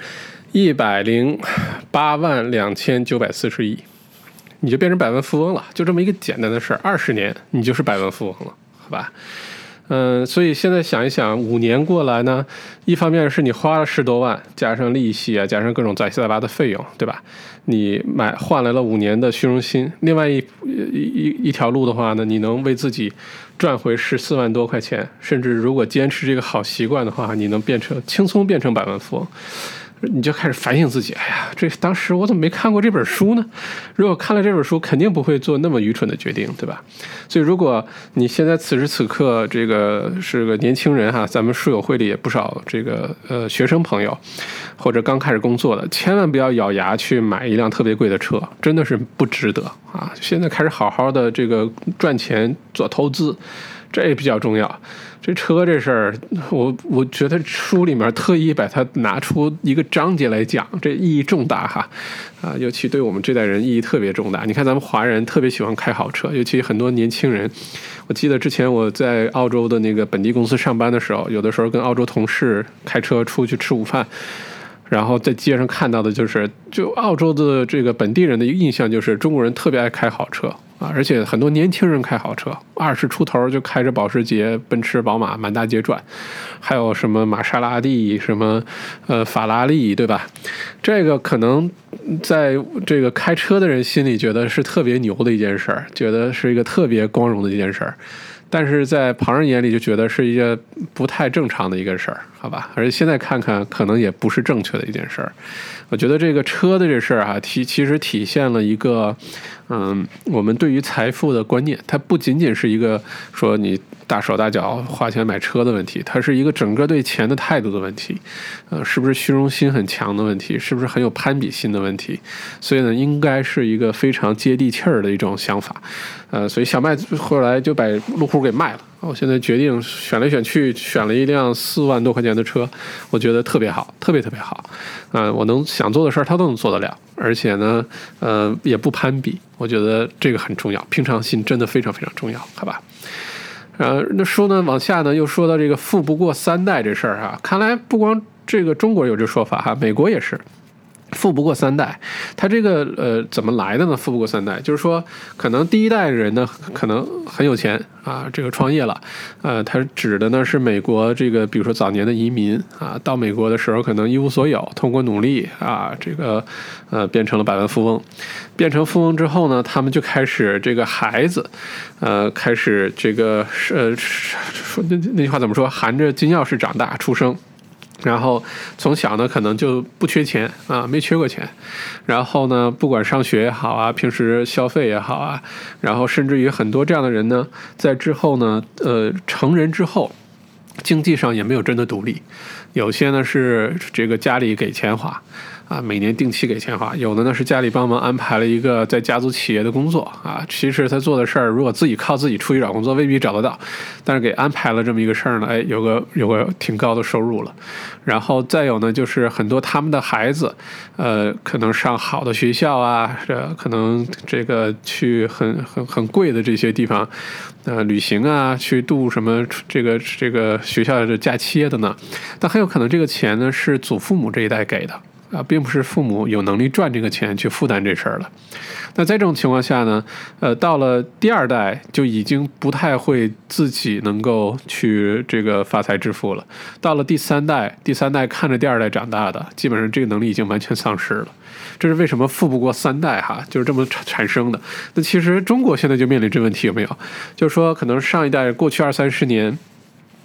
1082940亿，你就变成百万富翁了，就这么一个简单的事儿，20年你就是百万富翁了，好吧？所以现在想一想，5年过来呢，一方面是你花了10多万，加上利息啊，加上各种杂七杂八的费用，对吧？你换来了5年的虚荣心。另外一条路的话呢，你能为自己赚回14万多块钱，甚至如果坚持这个好习惯的话，你能轻松变成百万富翁。你就开始反省自己，哎呀，当时我怎么没看过这本书呢？如果看了这本书，肯定不会做那么愚蠢的决定，对吧？所以如果你现在此时此刻这个是个年轻人哈，咱们书友会里也不少这个学生朋友，或者刚开始工作的，千万不要咬牙去买一辆特别贵的车，真的是不值得啊！现在开始好好的这个赚钱做投资，这也比较重要。这车这事儿，我觉得书里面特意把它拿出一个章节来讲，这意义重大哈，尤其对我们这代人意义特别重大。你看咱们华人特别喜欢开好车，尤其很多年轻人。我记得之前我在澳洲的那个本地公司上班的时候，有的时候跟澳洲同事开车出去吃午饭，然后在街上看到的就澳洲的这个本地人的一个印象就是中国人特别爱开好车啊，而且很多年轻人开好车，20出头就开着保时捷、奔驰、宝马满大街转，还有什么玛莎拉蒂、什么法拉利，对吧？这个可能在这个开车的人心里觉得是特别牛的一件事儿，觉得是一个特别光荣的一件事儿。但是在旁人眼里就觉得是一件不太正常的一个事儿，好吧？而且现在看看，可能也不是正确的一件事儿。我觉得这个车的这事儿其实体现了一个，我们对于财富的观念，它不仅仅是一个说你大手大脚花钱买车的问题，它是一个整个对钱的态度的问题，是不是虚荣心很强的问题，是不是很有攀比心的问题？所以呢，应该是一个非常接地气儿的一种想法。所以小麦后来就把路虎给卖了。我现在决定选来选去，选了一辆4万多块钱的车，我觉得特别好，特别特别好。我想做的事儿，他都能做得了，而且呢，也不攀比，我觉得这个很重要，平常心真的非常非常重要，好吧？那书呢往下呢又说到这个富不过3代这事儿哈，看来不光这个中国有这说法哈，美国也是。富不过3代，他这个怎么来的呢？富不过3代，就是说可能第一代人呢可能很有钱啊，这个创业了，他指的呢是美国这个比如说早年的移民啊，到美国的时候可能一无所有，通过努力啊，这个变成了百万富翁，变成富翁之后呢，他们就开始这个孩子，开始这个说那句话怎么说？含着金钥匙长大出生。然后从小呢可能就不缺钱啊，没缺过钱，然后呢不管上学也好啊，平时消费也好啊，然后甚至于很多这样的人呢，在之后呢成人之后经济上也没有真的独立，有些呢是这个家里给钱花啊，每年定期给钱花，有的呢是家里帮忙安排了一个在家族企业的工作啊，其实他做的事儿如果自己靠自己出去找工作未必找得到，但是给安排了这么一个事儿呢，哎，有个挺高的收入了。然后再有呢，就是很多他们的孩子，可能上好的学校啊，可能这个去很贵的这些地方，旅行啊，去度什么这个学校的假期的呢，但很有可能这个钱呢是祖父母这一代给的。并不是父母有能力赚这个钱去负担这事儿了。那在这种情况下呢，到了第2代就已经不太会自己能够去这个发财致富了。到了第三代看着第2代长大的，基本上这个能力已经完全丧失了。这是为什么富不过3代哈，就是这么产生的。那其实中国现在就面临这问题，有没有？就是说可能上一代过去20-30年。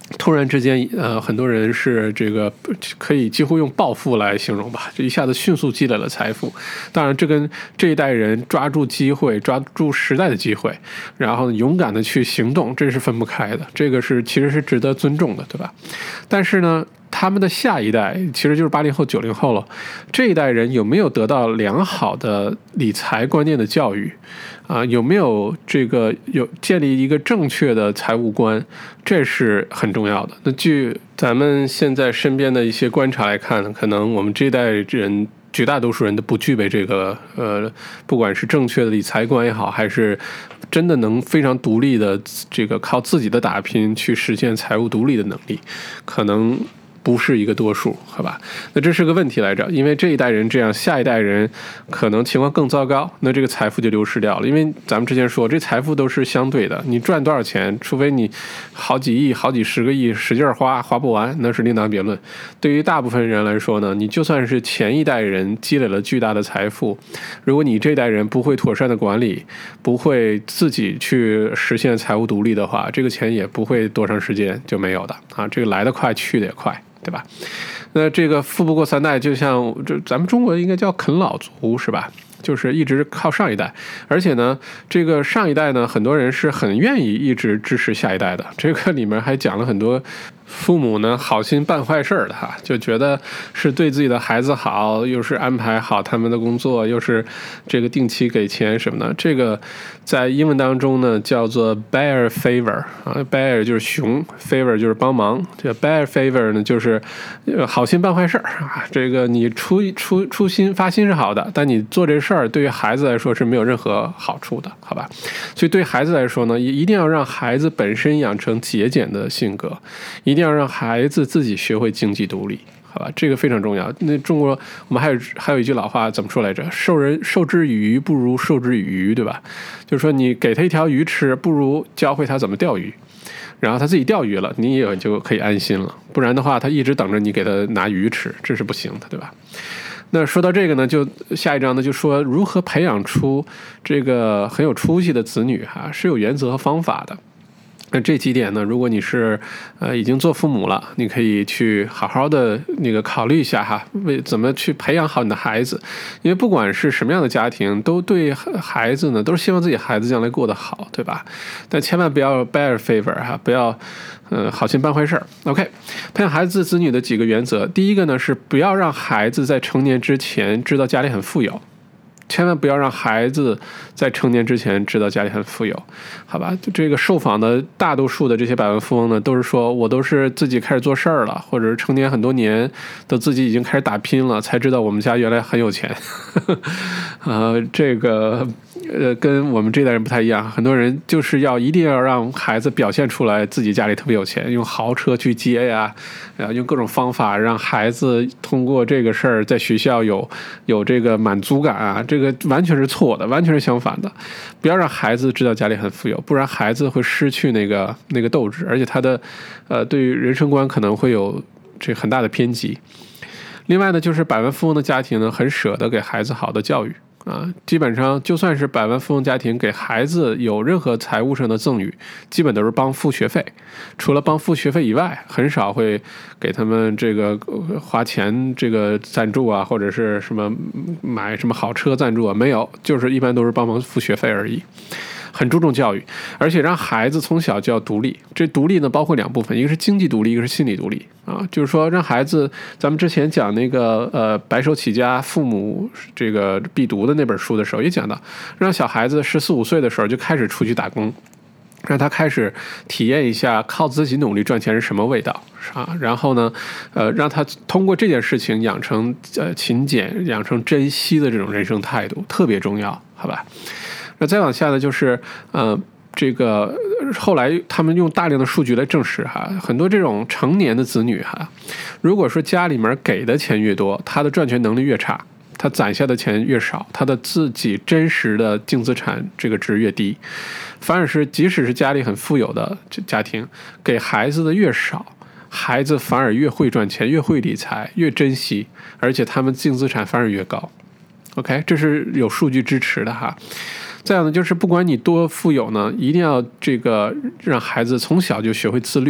突然之间，很多人是这个可以几乎用暴富来形容吧，就一下子迅速积累了财富。当然，这跟这一代人抓住机会、抓住时代的机会，然后勇敢的去行动，这是分不开的。这个其实是值得尊重的，对吧？但是呢，他们的下一代其实就是80后、90后了，这一代人有没有得到良好的理财观念的教育？有没有建立一个正确的财务观，这是很重要的。那据咱们现在身边的一些观察来看，可能我们这一代人绝大多数人都不具备这个不管是正确的理财观也好，还是真的能非常独立的这个靠自己的打拼去实现财务独立的能力，可能不是一个多数，好吧？那这是个问题来着，因为这一代人这样，下一代人可能情况更糟糕，那这个财富就流失掉了。因为咱们之前说，这财富都是相对的，你赚多少钱，除非你好几亿、好几十个亿使劲花不完，那是另当别论。对于大部分人来说呢，你就算是前一代人积累了巨大的财富，如果你这一代人不会妥善的管理，不会自己去实现财务独立的话，这个钱也不会多长时间就没有的啊！这个来得快，去得也快。对吧？那这个富不过三代，就像咱们中国应该叫啃老族，是吧？就是一直靠上一代，而且呢，这个上一代呢，很多人是很愿意一直支持下一代的。这个里面还讲了很多父母呢好心办坏事的哈，就觉得是对自己的孩子好，又是安排好他们的工作，又是这个定期给钱什么的。这个在英文当中呢叫做 bear favor 啊 ，bear 就是熊 ，favor 就是帮忙，这 bear favor 呢就是好心办坏事啊。这个你出心发心是好的，但你做这事儿对于孩子来说是没有任何好处的，好吧？所以对孩子来说呢，一定要让孩子本身养成节俭的性格，一定要让孩子自己学会经济独立，好吧？这个非常重要。那中国我们还有一句老话怎么说来着？授之以鱼不如授之以渔，对吧？就是说你给他一条鱼吃，不如教会他怎么钓鱼，然后他自己钓鱼了，你也就可以安心了。不然的话，他一直等着你给他拿鱼吃，这是不行的，对吧？那说到这个呢，就下一章呢就说如何培养出这个很有出息的子女哈，是有原则和方法的。那这几点呢，如果你是已经做父母了，你可以去好好的考虑一下哈，怎么去培养好你的孩子。因为不管是什么样的家庭，都对孩子呢都是希望自己孩子将来过得好，对吧？但千万不要 bear favor 哈，不要好心办坏事。OK， 培养孩子子女的几个原则，第一个呢是不要让孩子在成年之前知道家里很富有。千万不要让孩子在成年之前知道家里很富有，好吧？这个受访的大多数的这些百万富翁呢，都是说我都是自己开始做事儿了，或者是成年很多年都自己已经开始打拼了，才知道我们家原来很有钱。这个跟我们这代人不太一样，很多人就是一定要让孩子表现出来自己家里特别有钱，用豪车去接呀，用各种方法让孩子通过这个事儿在学校有这个满足感啊，这个完全是错的，完全是相反的。不要让孩子知道家里很富有，不然孩子会失去那个斗志，而且他的对于人生观可能会有这很大的偏激。另外呢，就是百万富翁的家庭呢，很舍得给孩子好的教育。基本上就算是百万富翁家庭给孩子有任何财务上的赠与，基本都是帮付学费，除了帮付学费以外，很少会给他们这个花钱这个赞助啊，或者是什么买什么好车赞助啊，没有，就是一般都是帮忙付学费而已。很注重教育，而且让孩子从小就要独立。这独立呢，包括两部分，一个是经济独立，一个是心理独立啊。就是说，让孩子，咱们之前讲那个白手起家父母这个必读的那本书的时候，也讲到，让小孩子14、15岁的时候就开始出去打工，让他开始体验一下靠自己努力赚钱是什么味道啊。然后呢，让他通过这件事情养成勤俭、养成珍惜的这种人生态度，特别重要，好吧？那再往下呢，就是这个后来他们用大量的数据来证实哈，很多这种成年的子女哈，如果说家里面给的钱越多，他的赚钱能力越差，他攒下的钱越少，他的自己真实的净资产这个值越低。反而是即使是家里很富有的家庭，给孩子的越少，孩子反而越会赚钱，越会理财，越珍惜，而且他们净资产反而越高。OK， 这是有数据支持的哈。再有呢，就是不管你多富有呢，一定要这个让孩子从小就学会自律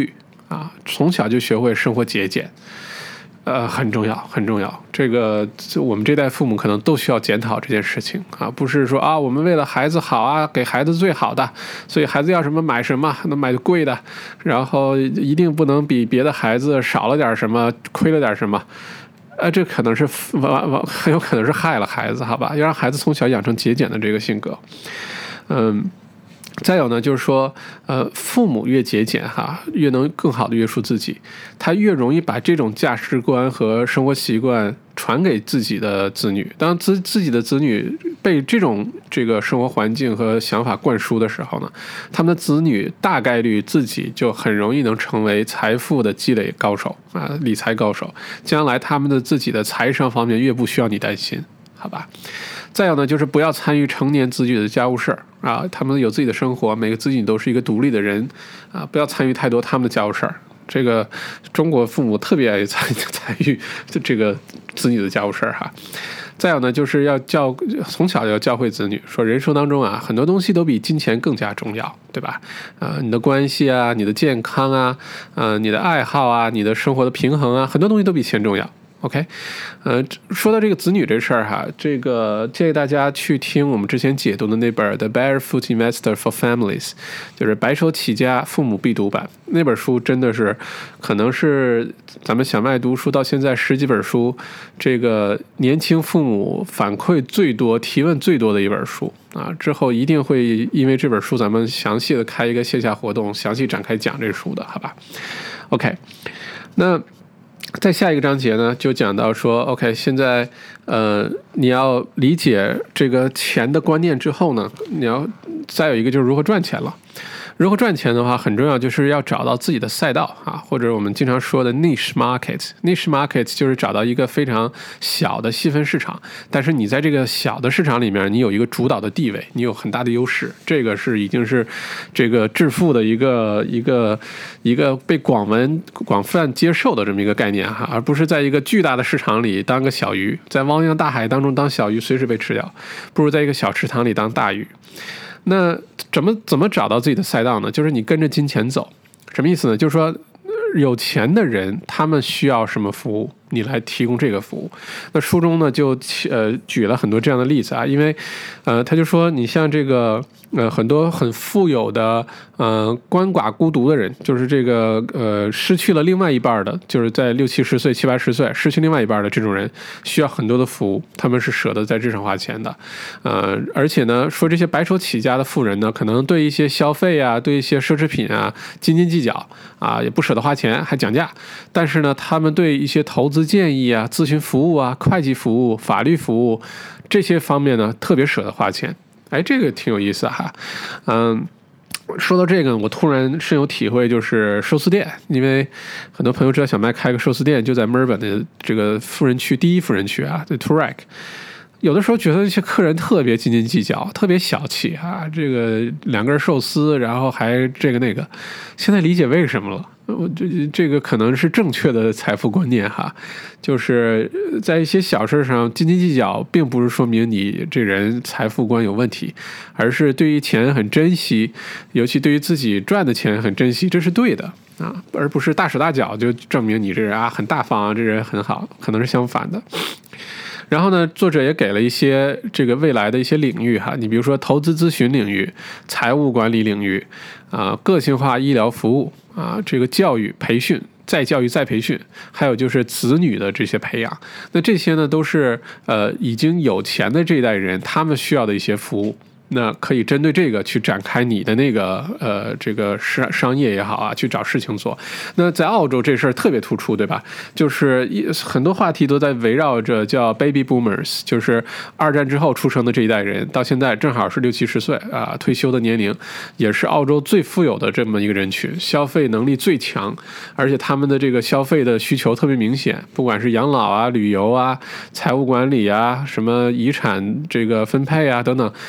啊，从小就学会生活节俭。很重要，很重要。这个我们这代父母可能都需要检讨这件事情啊，不是说啊，我们为了孩子好啊，给孩子最好的，所以孩子要什么买什么，能买贵的，然后一定不能比别的孩子少了点什么，亏了点什么。这可能是很有可能是害了孩子，好吧？要让孩子从小养成节俭的这个性格。再有呢，就是说，父母越节俭哈，越能更好的约束自己，他越容易把这种价值观和生活习惯传给自己的子女。当自己的子女被这个生活环境和想法灌输的时候呢，他们的子女大概率自己就很容易能成为财富的积累高手啊，理财高手。将来他们的自己的财商方面越不需要你担心，好吧？再有呢，就是不要参与成年子女的家务事儿啊，他们有自己的生活，每个子女都是一个独立的人啊，不要参与太多他们的家务事儿。这个中国父母特别爱参与这个子女的家务事儿哈。再有呢，就是从小要教会子女说，人生当中啊，很多东西都比金钱更加重要，对吧？你的关系啊，你的健康啊，你的爱好啊，你的生活的平衡啊，很多东西都比钱重要。OK， 说到这个子女这事儿哈，这个建议大家去听我们之前解读的那本《The Barefoot Investor for Families》，就是白手起家父母必读版。那本书真的是，可能是咱们小麦读书到现在10几本书，这个年轻父母反馈最多、提问最多的一本书啊。之后一定会因为这本书，咱们详细的开一个线下活动，详细展开讲这书的，好吧 ？OK， 那。在下一个章节呢，就讲到说 ，OK， 现在你要理解这个钱的观念之后呢，你要再有一个就是如何赚钱了。如何赚钱的话，很重要，就是要找到自己的赛道啊，或者我们经常说的 niche market。niche market 就是找到一个非常小的细分市场，但是你在这个小的市场里面，你有一个主导的地位，你有很大的优势，这个是已经是这个致富的一个被广泛接受的这么一个概念哈，而不是在一个巨大的市场里当个小鱼，在汪洋大海当中当小鱼随时被吃掉，不如在一个小池塘里当大鱼。那怎么找到自己的赛道呢？就是你跟着金钱走，什么意思呢？就是说有钱的人他们需要什么服务，你来提供这个服务。那书中呢就举了很多这样的例子啊，因为他就说你像这个很多很富有的鳏寡孤独的人，就是这个失去了另外一半的，就是在60、70岁、70、80岁失去另外一半的这种人，需要很多的服务，他们是舍得在这上花钱的。而且呢，说这些白手起家的富人呢，可能对一些消费啊，对一些奢侈品啊斤斤计较啊，也不舍得花钱，还讲价。但是呢，他们对一些投资建议啊、咨询服务啊、会计服务、法律服务这些方面呢，特别舍得花钱。哎，这个挺有意思哈。说到这个，我突然深有体会，就是寿司店，因为很多朋友知道小麦开个寿司店，就在墨尔本的这个富人区，第一富人区啊，在 Toorak。有的时候觉得这些客人特别斤斤计较，特别小气啊，这个2根寿司，然后还这个那个。现在理解为什么了。这个可能是正确的财富观念哈，就是在一些小事上斤斤计较，并不是说明你这人财富观有问题，而是对于钱很珍惜，尤其对于自己赚的钱很珍惜，这是对的啊，而不是大手大脚就证明你这人啊很大方啊，这人很好，可能是相反的。然后呢，作者也给了一些这个未来的一些领域哈，你比如说投资咨询领域、财务管理领域啊、个性化医疗服务啊、这个教育培训、再教育再培训，还有就是子女的这些培养。那这些呢，都是已经有钱的这一代人他们需要的一些服务。那可以针对这个去展开你的那个这个商业也好啊，去找事情做。那在澳洲这事儿特别突出，对吧？就是很多话题都在围绕着叫 baby boomers， 就是2战之后出生的这一代人，到现在正好是60、70岁啊，退休的年龄，也是澳洲最富有的这么一个人群，消费能力最强，而且他们的这个消费的需求特别明显，不管是养老啊、旅游啊、财务管理啊、什么遗产这个分配啊等等这些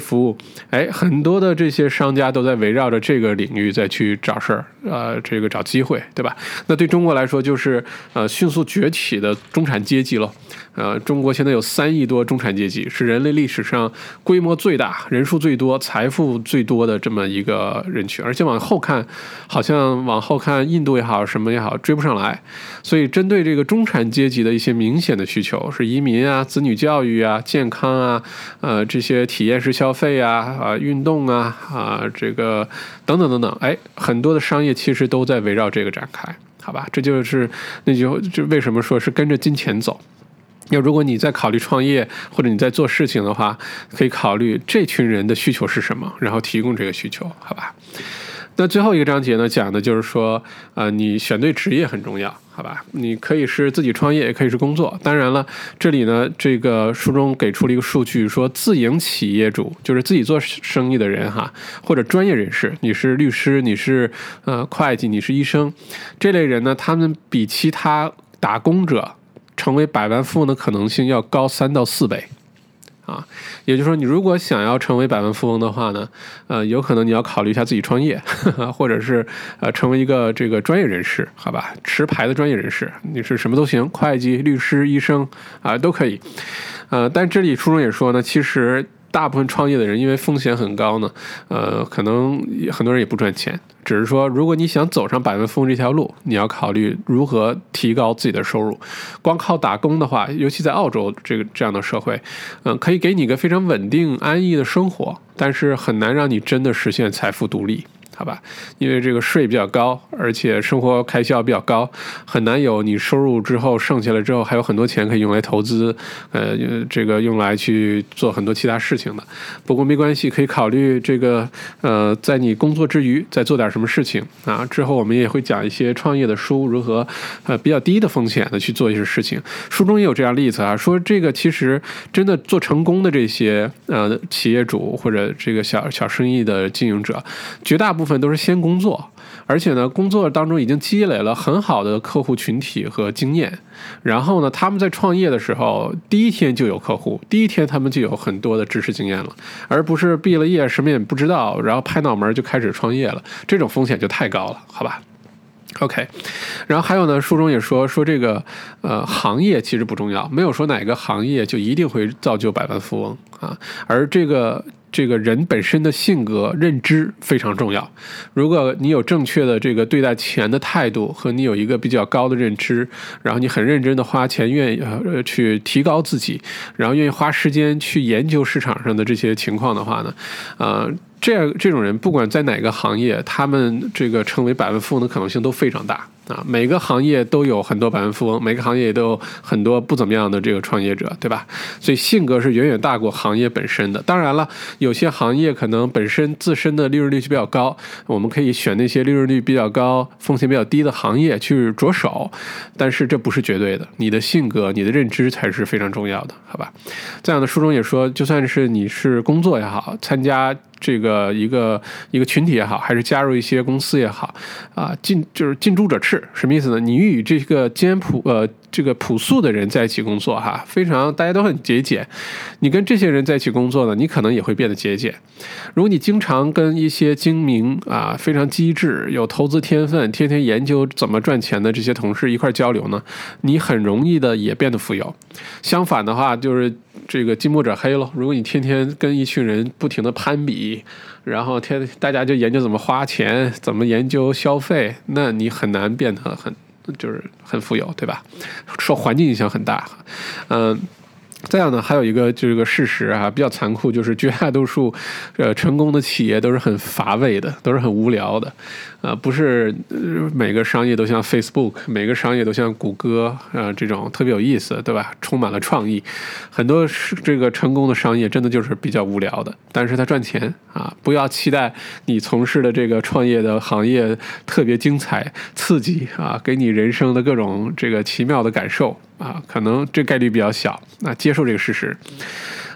服务，很多的这些商家都在围绕着这个领域再去找事儿，这个找机会，对吧？那对中国来说，就是迅速崛起的中产阶级了。中国现在有3亿多中产阶级，是人类历史上规模最大、人数最多、财富最多的这么一个人群，而且往后看，好像往后看印度也好，什么也好，追不上来。所以针对这个中产阶级的一些明显的需求，是移民啊、子女教育啊、健康啊、这些体验式消费啊、运动啊、这个等等等等，很多的商业其实都在围绕这个展开，好吧？这就是就为什么说是跟着金钱走。如果你在考虑创业或者你在做事情的话，可以考虑这群人的需求是什么，然后提供这个需求，好吧？那最后一个章节呢，讲的就是说，你选对职业很重要，好吧？你可以是自己创业，也可以是工作。当然了，这里呢，这个书中给出了一个数据，说自营企业主，就是自己做生意的人哈，或者专业人士，你是律师，你是会计，你是医生，这类人呢，他们比其他打工者成为百万富翁的可能性要高3到4倍。也就是说，你如果想要成为百万富翁的话呢，有可能你要考虑一下自己创业，或者是成为一个这个专业人士，好吧，持牌的专业人士，你是什么都行，会计、律师、医生都可以。但这里书中也说呢，其实大部分创业的人因为风险很高呢，可能很多人也不赚钱。只是说，如果你想走上百万富翁这条路，你要考虑如何提高自己的收入。光靠打工的话，尤其在澳洲这样的社会，可以给你一个非常稳定安逸的生活，但是很难让你真的实现财富独立。好吧，因为这个税比较高，而且生活开销比较高，很难有你收入之后剩下来之后还有很多钱可以用来投资，这个用来去做很多其他事情的。不过没关系，可以考虑这个在你工作之余再做点什么事情啊。之后我们也会讲一些创业的书，如何比较低的风险的去做一些事情。书中也有这样例子啊，说这个其实真的做成功的这些企业主或者这个小生意的经营者，绝大部分都是先工作，而且呢，工作当中已经积累了很好的客户群体和经验。然后呢，他们在创业的时候，第一天就有客户，第一天他们就有很多的知识经验了，而不是毕了业什么也不知道，然后拍脑门就开始创业了，这种风险就太高了，好吧？OK， 然后还有呢，书中也说这个行业其实不重要，没有说哪个行业就一定会造就百万富翁啊，而这个人本身的性格认知非常重要。如果你有正确的这个对待钱的态度，和你有一个比较高的认知，然后你很认真的花钱，愿意去提高自己，然后愿意花时间去研究市场上的这些情况的话呢，这种人不管在哪个行业，他们这个成为百万富翁的可能性都非常大啊！每个行业都有很多百万富翁，每个行业都有很多不怎么样的这个创业者，对吧？所以性格是远远大过行业本身的。当然了，有些行业可能本身自身的利润率就比较高，我们可以选那些利润率比较高、风险比较低的行业去着手，但是这不是绝对的。你的性格、你的认知才是非常重要的，好吧？这样的书中也说，就算是你是工作也好，参加这个一个群体也好，还是加入一些公司也好，就是近朱者赤，什么意思呢？你与这个这个朴素的人在一起工作哈，非常大家都很节俭。你跟这些人在一起工作呢，你可能也会变得节俭。如果你经常跟一些精明非常机智、有投资天分、天天研究怎么赚钱的这些同事一块交流呢，你很容易的也变得富有。相反的话，就是这个近墨者黑咯。如果你天天跟一群人不停的攀比，然后大家就研究怎么花钱，怎么研究消费，那你很难变得很富有，对吧？受环境影响很大。这样呢，还有一个这个事实比较残酷，就是绝大多数成功的企业都是很乏味的，都是很无聊的，不是每个商业都像 Facebook， 每个商业都像谷歌这种特别有意思，对吧？充满了创意。很多这个成功的商业真的就是比较无聊的，但是它赚钱不要期待你从事的这个创业的行业特别精彩、刺激给你人生的各种这个奇妙的感受可能这概率比较小接受这个事实。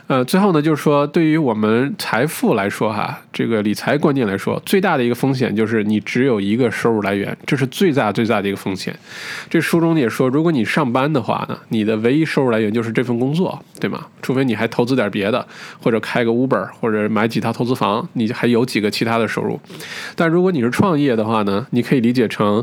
最后呢，就是说对于我们财富来说哈，这个理财观念来说，最大的一个风险就是你只有一个收入来源，这是最大的一个风险。这书中也说，如果你上班的话呢，你的唯一收入来源就是这份工作，对吗？除非你还投资点别的，或者开个 Uber， 或者买几套投资房，你还有几个其他的收入。但如果你是创业的话呢，你可以理解成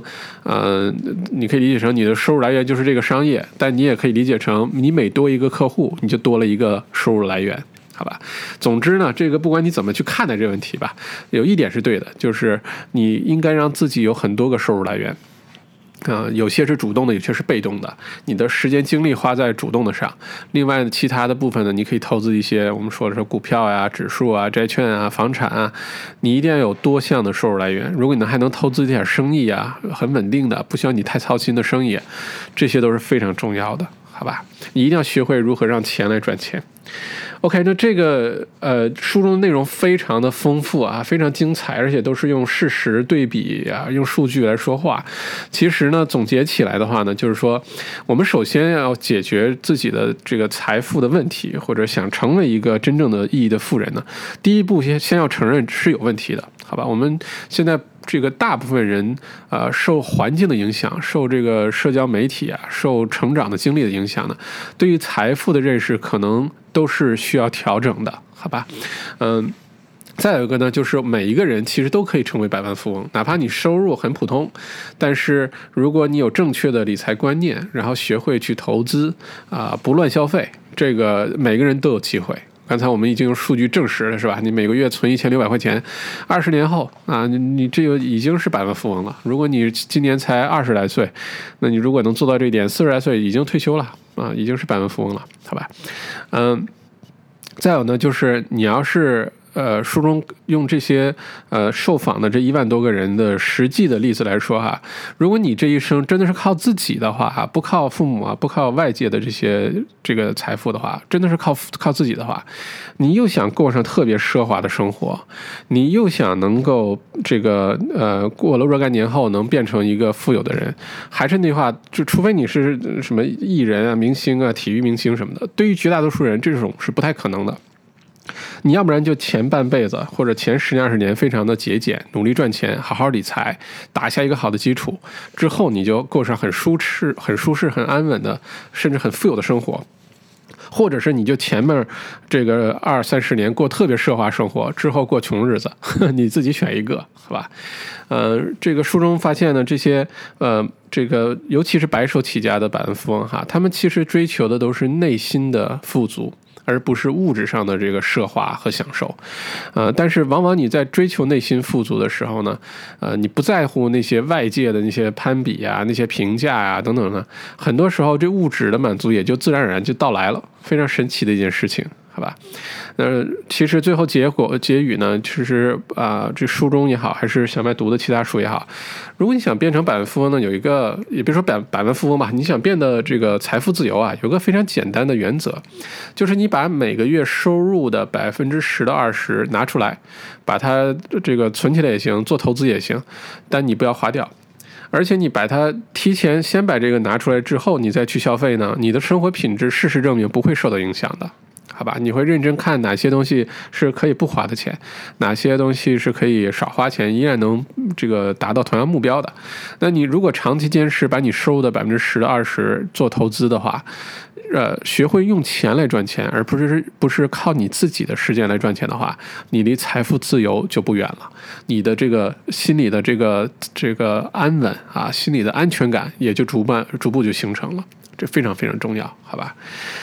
你的收入来源就是这个商业，但你也可以理解成你每多一个客户，你就多了一个收入来源。好吧，总之呢，这个不管你怎么去看待这个问题吧，有一点是对的，就是你应该让自己有很多个收入来源。有些是主动的，有些是被动的。你的时间精力花在主动的上，另外其他的部分呢，你可以投资一些我们说的是股票啊、指数啊、债券啊、房产啊。你一定要有多项的收入来源。如果你还能投资一点生意啊，很稳定的，不需要你太操心的生意，这些都是非常重要的，好吧？你一定要学会如何让钱来赚钱。OK， 那这个书中的内容非常的丰富啊，非常精彩，而且都是用事实对比啊，用数据来说话。其实呢，总结起来的话呢，就是说，我们首先要解决自己的这个财富的问题，或者想成为一个真正的意义的富人呢，第一步先要承认是有问题的，好吧？我们现在这个大部分人受环境的影响，受这个社交媒体啊，受成长的经历的影响呢，对于财富的认识可能都是需要调整的，好吧？再有一个呢，就是每一个人其实都可以成为百万富翁，哪怕你收入很普通，但是如果你有正确的理财观念，然后学会去投资不乱消费，这个每个人都有机会。刚才我们已经用数据证实了，是吧？你每个月存1600块钱，20年后啊，你这个已经是百万富翁了。如果你今年才20来岁，那你如果能做到这一点，40来岁已经退休了啊，已经是百万富翁了，好吧？再有呢，就是你要是书中用这些受访的这1万多个人的实际的例子来说哈，如果你这一生真的是靠自己的话哈，不靠父母啊，不靠外界的这个财富的话，真的是靠自己的话，你又想过上特别奢华的生活，你又想能够这个过了若干年后能变成一个富有的人，还是那句话，就除非你是什么艺人啊、明星啊、体育明星什么的，对于绝大多数人这种是不太可能的。你要不然就前半辈子或者前10年20年非常的节俭，努力赚钱，好好理财，打下一个好的基础，之后你就过上很舒适、很安稳的，甚至很富有的生活。或者是你就前面这个20-30年过特别奢华生活，之后过穷日子，你自己选一个，好吧？这个书中发现呢，这些这个尤其是白手起家的百万富翁哈，他们其实追求的都是内心的富足，而不是物质上的这个奢华和享受。但是往往你在追求内心富足的时候呢，你不在乎那些外界的那些攀比啊、那些评价啊等等呢，很多时候这物质的满足也就自然而然就到来了，非常神奇的一件事情。好吧，其实最后结语呢，其实这书中也好，还是小麦读的其他书也好，如果你想变成百万富翁呢，有一个，也别说百万富翁吧，你想变得这个财富自由啊，有个非常简单的原则，就是你把每个月收入的10%到20%拿出来，把它这个存起来也行，做投资也行，但你不要花掉。而且你把它提前先把这个拿出来之后，你再去消费呢，你的生活品质事实证明不会受到影响的。好吧，你会认真看哪些东西是可以不花的钱，哪些东西是可以少花钱依然能这个达到同样目标的。那你如果长期坚持把你收入的10%到20%做投资的话，学会用钱来赚钱，而不是靠你自己的时间来赚钱的话，你离财富自由就不远了。你的这个心理的这个安稳啊，心理的安全感也就逐步就形成了，这非常非常重要，好吧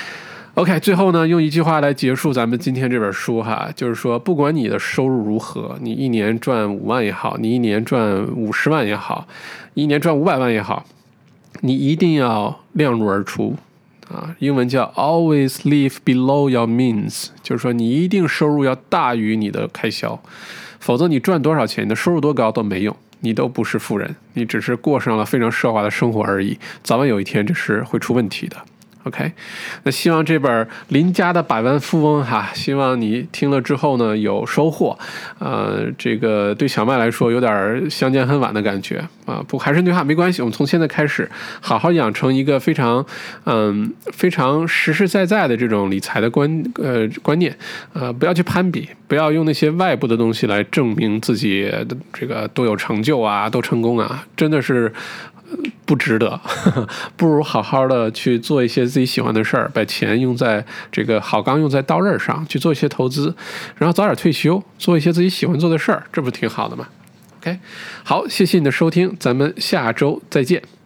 ？OK， 最后呢，用一句话来结束咱们今天这本书哈，就是说，不管你的收入如何，你一年赚5万也好，你一年赚50万也好，一年赚500万也好，你一定要量入而出啊，英文叫 always live below your means， 就是说你一定收入要大于你的开销，否则你赚多少钱，你的收入多高都没用，你都不是富人，你只是过上了非常奢华的生活而已，早晚有一天这是会出问题的。 OK， 那希望这本林家的百万富翁希望你听了之后呢有收获。这个对小麦来说有点相见恨晚的感觉啊。不过还是那句话，没关系，我们从现在开始好好养成一个非常实实在在的这种理财的观念。不要去攀比，不要用那些外部的东西来证明自己这个都有成就啊，都成功啊，真的是不值得。不如好好的去做一些自己喜欢的事儿，把钱用在这个好钢用在刀刃上，去做一些投资，然后早点退休，做一些自己喜欢做的事儿，这不挺好的吗？ OK， 好，谢谢你的收听，咱们下周再见。